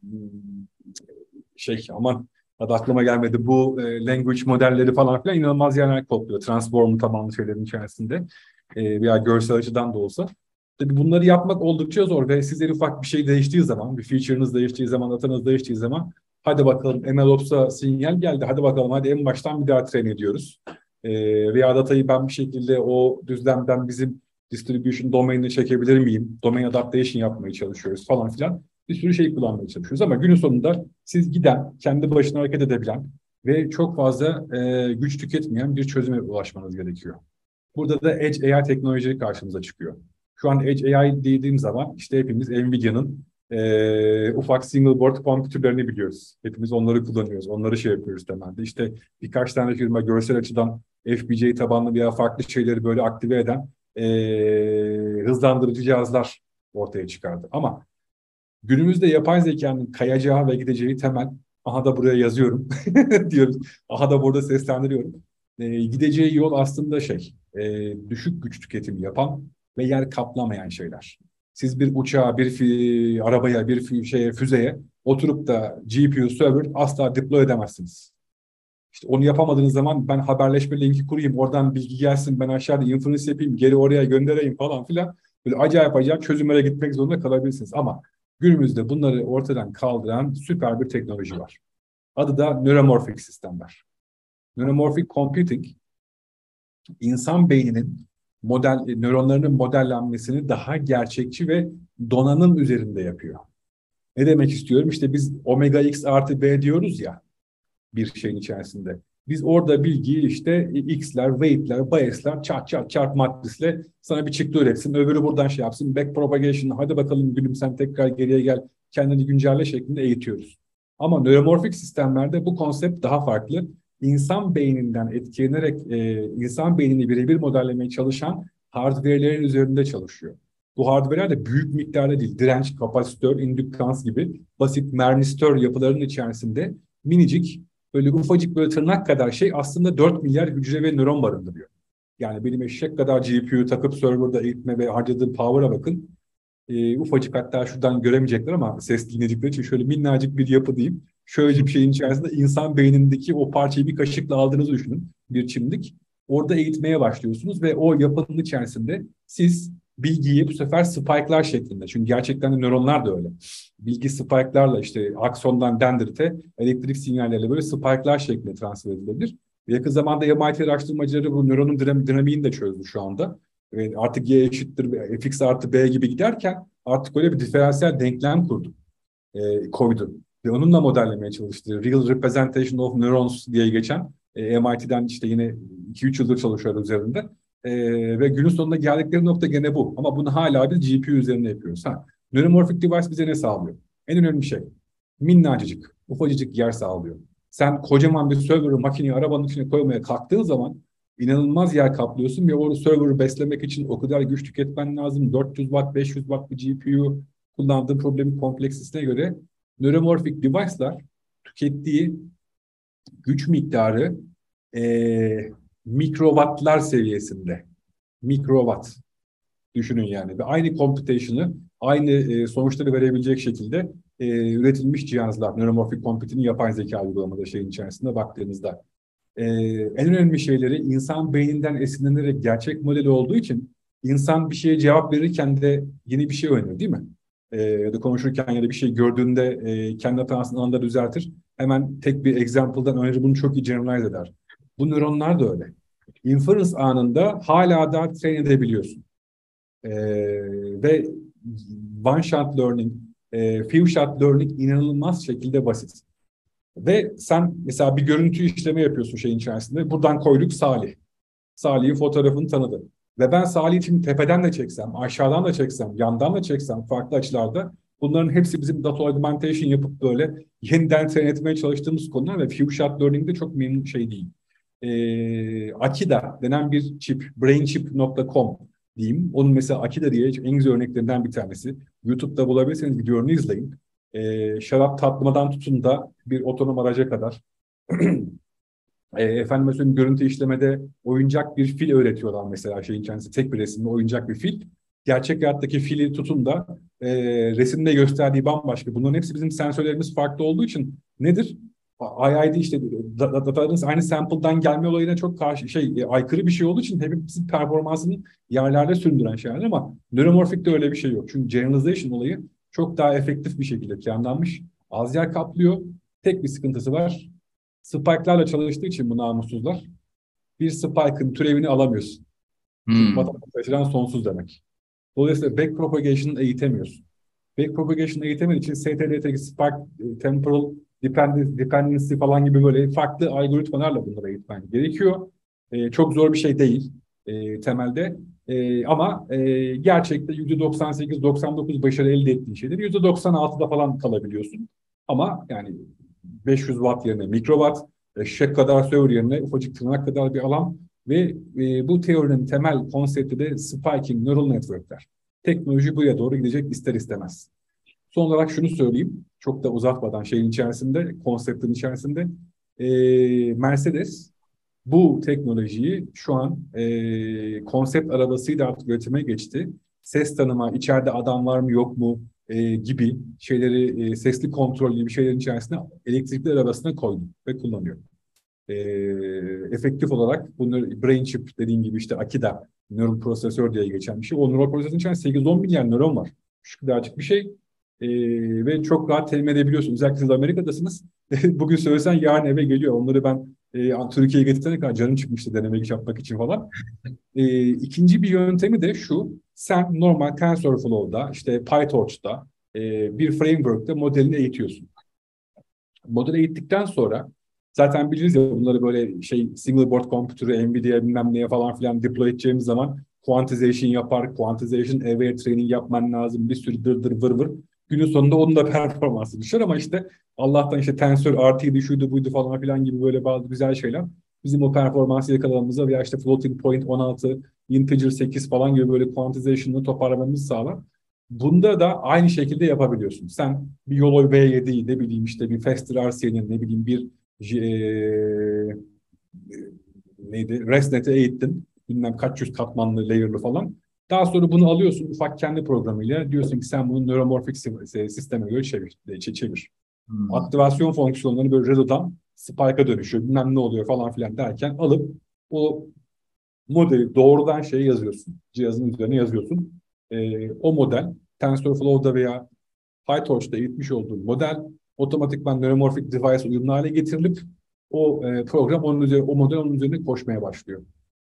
C: şey aman adı aklıma gelmedi. Bu e, language modelleri falan filan inanılmaz yerler kopluyor. Transform tabanlı şeylerin içerisinde e, veya görsel açıdan da olsa. Tabii bunları yapmak oldukça zor ve sizler ufak bir şey değiştiği zaman, bir feature'ınız değiştiği zaman, datanız değiştiği zaman hadi bakalım MLOps'a sinyal geldi. Hadi bakalım hadi en baştan bir daha train ediyoruz. E, veya datayı ben bir şekilde o düzlemden bizim distribution domainine çekebilir miyim? Domain adaptation yapmaya çalışıyoruz falan filan. Bir sürü şey kullanmaya çalışıyoruz ama günün sonunda siz giden, kendi başına hareket edebilen ve çok fazla e, güç tüketmeyen bir çözüme ulaşmanız gerekiyor. Burada da Edge A I teknolojileri karşımıza çıkıyor. Şu an Edge A I dediğim zaman işte hepimiz Nvidia'nın e, ufak single board kompütürlerini biliyoruz. Hepimiz onları kullanıyoruz. Onları şey yapıyoruz temelde. İşte birkaç tane firma görsel açıdan F P G A tabanlı veya farklı şeyleri böyle aktive eden e, hızlandırıcı cihazlar ortaya çıkardı. Ama günümüzde yapay zekanın kayacağı ve gideceği temel, aha da buraya yazıyorum diyoruz. Aha da burada seslendiriyorum. Ee, gideceği yol aslında şey, e, düşük güç tüketimi yapan ve yer kaplamayan şeyler. Siz bir uçağa, bir fi, arabaya, bir fi, şeye, füzeye oturup da G P U server asla deploy edemezsiniz. İşte onu yapamadığınız zaman ben haberleşme linki kurayım, oradan bilgi gelsin, ben aşağıda inference yapayım, geri oraya göndereyim falan filan. Böyle acayip acayip çözümlere gitmek zorunda kalabilirsiniz. Ama günümüzde bunları ortadan kaldıran süper bir teknoloji var. Adı da nöromorfik sistemler. Neuromorphic computing, insan beyninin model, nöronlarının modellenmesini daha gerçekçi ve donanım üzerinde yapıyor. Ne demek istiyorum? İşte biz omega x artı b diyoruz ya bir şeyin içerisinde. Biz orada bilgiyi işte x'ler, weight'ler, bias'ler çarp çarp çarp matrisle sana bir çıktı üretsin. Öbürü buradan şey yapsın. Back propagation, hadi bakalım gülüm sen tekrar geriye gel, kendini güncelle şeklinde eğitiyoruz. Ama nöromorfik sistemlerde bu konsept daha farklı. İnsan beyninden etkilenerek e, insan beynini birebir modellemeye çalışan hardware'lerin üzerinde çalışıyor. Bu hardware'ler de büyük miktarda değil, direnç, kapasitör, indükans gibi basit mermistör yapılarının içerisinde minicik, böyle ufacık böyle tırnak kadar şey aslında dört milyar hücre ve nöron barındırıyor. Yani benim eşek kadar G P U takıp serverda eğitme ve harcadığım power'a bakın. E, ufacık, hatta şuradan göremeyecekler ama ses dinledikleri için şöyle minnacık bir yapı diyeyim. Şöyle bir şeyin içerisinde insan beynindeki o parçayı bir kaşıkla aldığınızı düşünün. Bir çimdik. Orada eğitmeye başlıyorsunuz ve o yapının içerisinde siz bilgiyi bu sefer spike'lar şeklinde. Çünkü gerçekten de nöronlar da öyle. Bilgi spike'larla işte aksondan dendrite elektrik sinyalleriyle böyle spike'lar şeklinde transfer edilebilir. Yakın zamanda M I T araştırmacıları bu nöronun dinamiğini de çözdü şu anda. e, artık y eşittir fx artı b gibi giderken artık öyle bir diferansiyel denklem kurdu, e, koydu. Ve onunla modellemeye çalıştı. Real Representation of Neurons diye geçen e, M I T'den işte yine iki üç yıldır çalışıyor üzerinde. E, ve günün sonunda geldikleri nokta gene bu. Ama bunu hala biz G P U üzerinde yapıyoruz. Ha, Neuromorphic Device bize ne sağlıyor? En önemli şey, minnacık, ufacık yer sağlıyor. Sen kocaman bir server'ı makineyi arabanın içine koymaya kalktığın zaman inanılmaz yer kaplıyorsun ve o server'ı beslemek için o kadar güç tüketmen lazım. dört yüz watt, beş yüz watt bir G P U kullandığı problemin kompleksitesine göre Neuromorphic device'lar tükettiği güç miktarı e, mikrowattlar seviyesinde. Mikrowatt düşünün yani. Ve aynı computation'ı, aynı e, sonuçları verebilecek şekilde e, üretilmiş cihazlar. Neuromorphic Computing'in yapay zeka uygulamada şeyin içerisinde baktığınızda. E, en önemli şeyleri insan beyninden esinlenerek gerçek modeli olduğu için insan bir şeye cevap verirken de yeni bir şey öğrenir değil mi? E, ya da konuşurken ya da bir şey gördüğünde e, kendi hatasını anında düzeltir. Hemen tek bir example'dan önce bunu çok iyi generalize eder. Bu nöronlar da öyle. Inference anında hala da train edebiliyorsun. Ee, ve one shot learning, e, few shot learning inanılmaz şekilde basit. Ve sen mesela bir görüntü işleme yapıyorsun şeyin içerisinde. Buradan koyduk Salih. Salih'in fotoğrafını tanıdı. Ve ben Salih'i şimdi tepeden de çeksem, aşağıdan da çeksem, yandan da çeksem farklı açılarda bunların hepsi bizim data augmentation yapıp böyle yeniden train etmeye çalıştığımız konular ve few shot learning'de çok memnun şey değil. Ee, Akida denen bir chip, brainchip nokta com diyeyim. Onun mesela Akida diye en güzel örneklerinden bir tanesi. YouTube'da bulabilirseniz videolarını izleyin. Ee, şarap tatmadan tutun da bir otonom araca kadar. e, efendim mesela görüntü işlemede oyuncak bir fil öğretiyorlar mesela şeyin kendisi. Tek bir resimde oyuncak bir fil. Gerçek hayattaki fili tutun da e, resimde gösterdiği bambaşka. Bunların hepsi bizim sensörlerimiz farklı olduğu için nedir? I I D işte datalarınız aynı sample'dan gelme olayına çok karşı şey e, aykırı bir şey olduğu için hepimizin performansını yerlerde sürdüren şeyler ama Neuromorphic'te öyle bir şey yok. Çünkü generalization olayı çok daha efektif bir şekilde planlanmış. Az yer kaplıyor. Tek bir sıkıntısı var. Spike'larla çalıştığı için bu namussuzlar bir spike'ın türevini alamıyorsun. Hmm. Çünkü matematik açıdan sonsuz demek. Dolayısıyla backpropagation'ı eğitemiyorsun. Backpropagation'ı eğitemediği için S T D'deki spark, temporal dependency falan gibi böyle farklı algoritmalarla bunları eğitmen gerekiyor. Ee, çok zor bir şey değil e, temelde. E, ama e, gerçekte yüzde doksan sekiz doksan dokuz başarı elde ettiğin şeyler yüzde doksan altıda falan kalabiliyorsun. Ama yani beş yüz watt yerine mikrowatt, eşek kadar server yerine ufacık tırnak kadar bir alan ve e, bu teorinin temel konsepti de spiking neural network'ler. Teknoloji buraya doğru gidecek ister istemez. Son olarak şunu söyleyeyim, çok da uzatmadan şeyin içerisinde, konseptin içerisinde e, Mercedes bu teknolojiyi şu an e, konsept arabasıyla artık üretime geçti. Ses tanıma, içeride adam var mı yok mu e, gibi şeyleri, e, sesli kontrol gibi şeylerin içerisine elektrikli arabasına koydu ve kullanıyor. E, efektif olarak bunu brain chip dediğim gibi işte Akida, nöron prosesör diye geçen bir şey. O nöron prosesörün içerisinde sekiz on milyar nöron var. Şu kadarcık bir şey. Ee, ve çok rahat temin edebiliyorsunuz. Özellikle siz Amerika'dasınız. Bugün söylesen yarın eve geliyor. Onları ben e, Türkiye'ye getirene kadar canım çıkmıştı denemek yapmak için falan. E, ikinci bir yöntemi de şu. Sen normal TensorFlow'da, işte PyTorch'ta e, bir framework'te modelini eğitiyorsun. Modeli eğittikten sonra zaten biliriz ya bunları böyle şey single board computer'ı, Nvidia bilmem neye falan filan deploy edeceğimiz zaman quantization yapar, quantization aware training yapman lazım. Bir sürü dır dır vır vır. Günün sonunda onun da performansı düşer ama işte Allah'tan işte Tensor R T'ydi, şuydu buydu falan filan gibi böyle bazı güzel şeyler bizim o performansı yakalamamıza veya işte floating point on altı, integer sekiz falan gibi böyle quantization'ı toparlamamızı sağlar. Bunda da aynı şekilde yapabiliyorsun. Sen bir Yolo V yediyi ne bileyim işte bir Faster R C'nin ne bileyim bir e, neydi ResNet'e eğittin. Bilmem kaç yüz katmanlı layer'lı falan. Daha sonra bunu alıyorsun ufak kendi programıyla. Diyorsun ki sen bunu neuromorphic sisteme göre çevir. çevir. Hmm. Aktivasyon fonksiyonlarını böyle redo'dan spike'a dönüşüyor. Bilmem ne oluyor falan filan derken alıp o modeli doğrudan şey yazıyorsun. Cihazın üzerine yazıyorsun. Ee, o model TensorFlow'da veya PyTorch'ta eğitmiş olduğun model otomatikman neuromorphic device uyumlu hale getirilip o e, program onun üzerine, o model onun üzerine koşmaya başlıyor.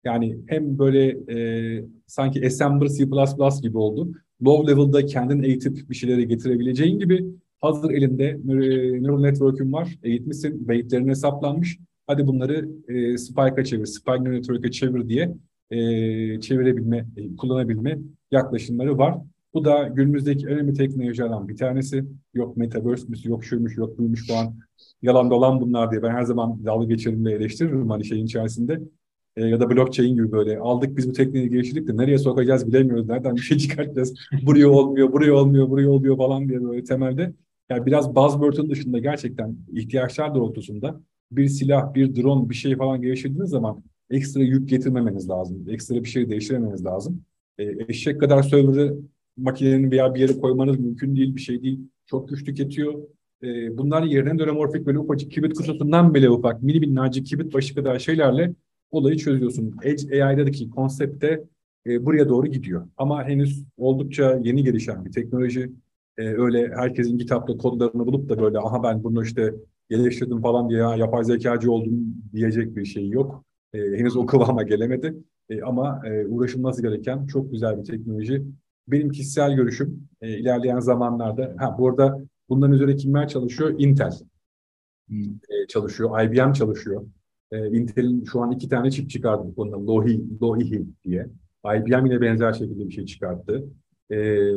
C: Yani hem böyle e, sanki Assembler C plus plus gibi oldu. Low level'da kendin eğitip bir şeyleri getirebileceğin gibi hazır elinde e, neural network'ün var. Eğitmişsin, weight'lerin hesaplanmış. Hadi bunları e, Spike'a çevir, Spike neural network'e çevir diye e, çevirebilme, e, kullanabilme yaklaşımları var. Bu da günümüzdeki önemli teknolojilerden bir tanesi. Yok metaverse'müş, yok şuymuş, yok buymuş falan. Yalan dolan bunlar diye ben her zaman dalga geçerim ve eleştiririm hani şeyin içerisinde. E, ya da blockchain gibi böyle aldık biz bu tekniği geliştirdik de nereye sokacağız bilemiyoruz. Nereden bir şey çıkartacağız? Buraya olmuyor, buraya olmuyor, buraya oluyor falan diye böyle temelde. Yani biraz buzzword'un dışında gerçekten ihtiyaçlar doğrultusunda bir silah, bir drone, bir şey falan geliştirdiğiniz zaman ekstra yük getirmemeniz lazım. Ekstra bir şey değiştirmemeniz lazım. E, eşek kadar server'ı makinenin veya bir yere koymanız mümkün değil, bir şey değil. Çok güç tüketiyor. E, bunlar yerine nöromorfik böyle ufacık kibrit kutusundan bile ufak, mini minnacık kibrit başı kadar şeylerle olayı çözüyorsun. Edge A I'daki konsept de e, buraya doğru gidiyor. Ama henüz oldukça yeni gelişen bir teknoloji. E, öyle herkesin kitapta kodlarını bulup da böyle aha ben bunu işte geliştirdim falan diye ya, yapay zekacı oldum diyecek bir şey yok. E, henüz o kıvama gelemedi. E, ama e, uğraşılması gereken çok güzel bir teknoloji. Benim kişisel görüşüm e, ilerleyen zamanlarda, ha bu arada bunların üzerine kimler çalışıyor? Intel
A: Hmm.
C: e, çalışıyor, I B M çalışıyor. E, Intel'in şu an iki tane çip çıkardı bu konuda, Loihi, Loihi diye. I B M yine benzer şekilde bir şey çıkarttı. E,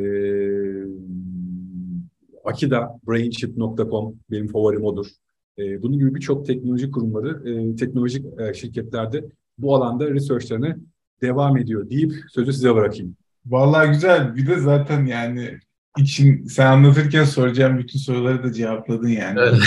C: Akida, brainchip nokta com benim favorim odur. E, bunun gibi birçok teknoloji kurumları, e, teknolojik e, şirketlerde bu alanda researchlarını devam ediyor deyip sözü size bırakayım.
A: Vallahi güzel. Bir de zaten yani için sen anlatırken soracağım bütün soruları da cevapladın yani.
D: Evet.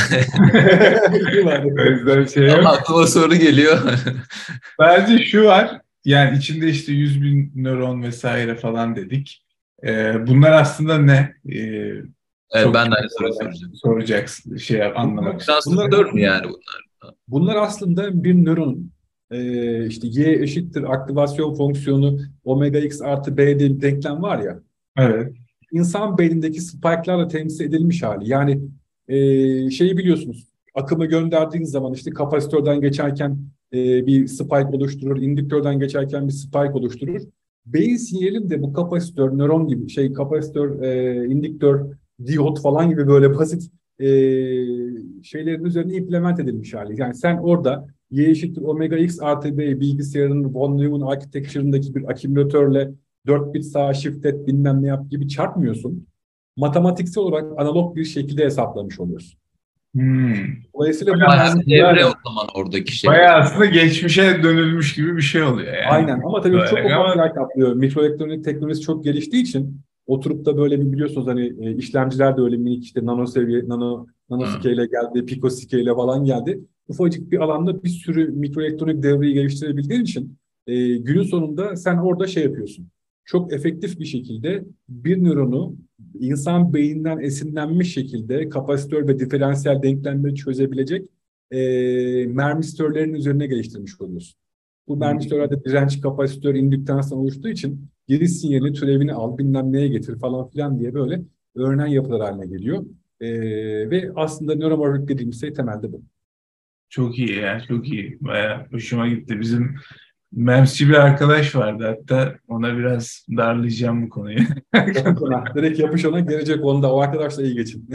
A: O yüzden şey yok.
D: Ama aklıma soru geliyor.
A: Bence şu var. Yani içinde işte yüz bin nöron vesaire falan dedik. Ee, bunlar aslında ne? Ee,
D: Evet,
A: çok
D: ben de aynı soruyu soracağım.
A: soracaksın. Şey anlamak için.
D: Transistör mü yani bunlar?
C: Bunlar aslında bir nöron e, işte y eşittir aktivasyon fonksiyonu omega x artı b diye bir denklem var ya.
A: Evet.
C: İnsan beynindeki spike'larla temsil edilmiş hali. Yani e, şeyi biliyorsunuz. Akımı gönderdiğiniz zaman işte kapasitörden geçerken e, bir spike oluşturur. İndüktörden geçerken bir spike oluşturur. Beyin sinyalin de bu kapasitör, nöron gibi şey kapasitör, e, indüktör, diyot falan gibi böyle basit e, şeylerin üzerine implement edilmiş hali. Yani sen orada y eşittir omega x artı b bilgisayarın von Neumann architecture'ındaki bir akümülatörle dört bit sağa shift et bilmem ne yap gibi çarpmıyorsun. Matematiksel olarak analog bir şekilde hesaplamış oluyorsun.
A: Hmm.
C: Dolayısıyla bu
D: Bayağı
C: yani,
D: evre o zaman oradaki şey.
A: Bayağı aslında geçmişe dönülmüş gibi bir şey oluyor yani.
C: aynen ama tabii çok
A: Böyle
C: ufak
A: ama-
C: yer kaplıyor. Mikroelektronik teknolojisi çok geliştiği için oturup da böyle bir biliyorsunuz hani e, işlemciler de öyle minik işte nano seviye, nano, nanoscale geldi, pikoscale falan geldi. Ufacık bir alanda bir sürü mikroelektronik devreyi geliştirebildiğin için e, günün sonunda sen orada şey yapıyorsun. Çok efektif bir şekilde bir nöronu insan beyninden esinlenmiş şekilde kapasitör ve diferansiyel denklemleri çözebilecek e, mermistörlerin üzerine geliştirmiş oluyorsun. Bu mermistörlerde direnç, kapasitör, indüktanstan oluştuğu için geri sinyali, türevini al, bilmem neye getir falan filan diye böyle öğrenen yapılar haline geliyor. Ee, ve aslında nöromorfik dediğimiz şey temelde bu.
A: Çok iyi ya, çok iyi. Bayağı hoşuma gitti. Bizim memsci bir arkadaş vardı hatta. Ona biraz darlayacağım bu konuyu.
C: Yapış ona, direkt yapış ona gelecek onda. O arkadaşla iyi geçin.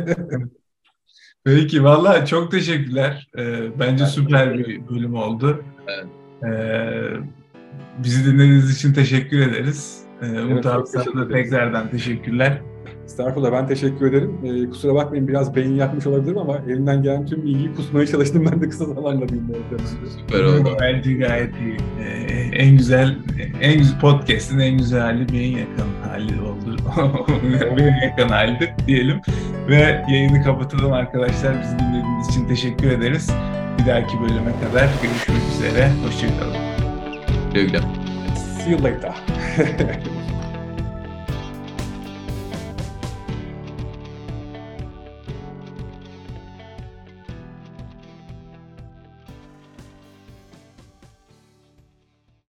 A: Peki, vallahi çok teşekkürler. Ee, bence süper bir bölüm oldu.
D: Evet.
A: Ee, bizi dinlediğiniz için teşekkür ederiz. Ee,
C: Evet,
A: Umut abi
C: çok
A: sana
C: teşekkür
A: da
C: ederiz.
A: tekrardan teşekkürler.
C: Estağfurullah, ben teşekkür ederim. Ee, kusura bakmayın biraz beyin yakmış olabilirim ama elimden gelen tüm bilgiyi kusmaya çalıştım ben de kısa zamanda diyeyim.
D: Süper oldu.
A: Bence gayet iyi. Ee, en güzel, en güzel podcast'in en güzel hali beyin yakan hali oldu. Beyin yakan halidir diyelim. Ve yayını kapatalım arkadaşlar. Bizi dinlediğiniz için teşekkür ederiz. Bir dahaki bölüme kadar görüşmek üzere. Hoşçakalın.
D: Güle güle.
C: See you later.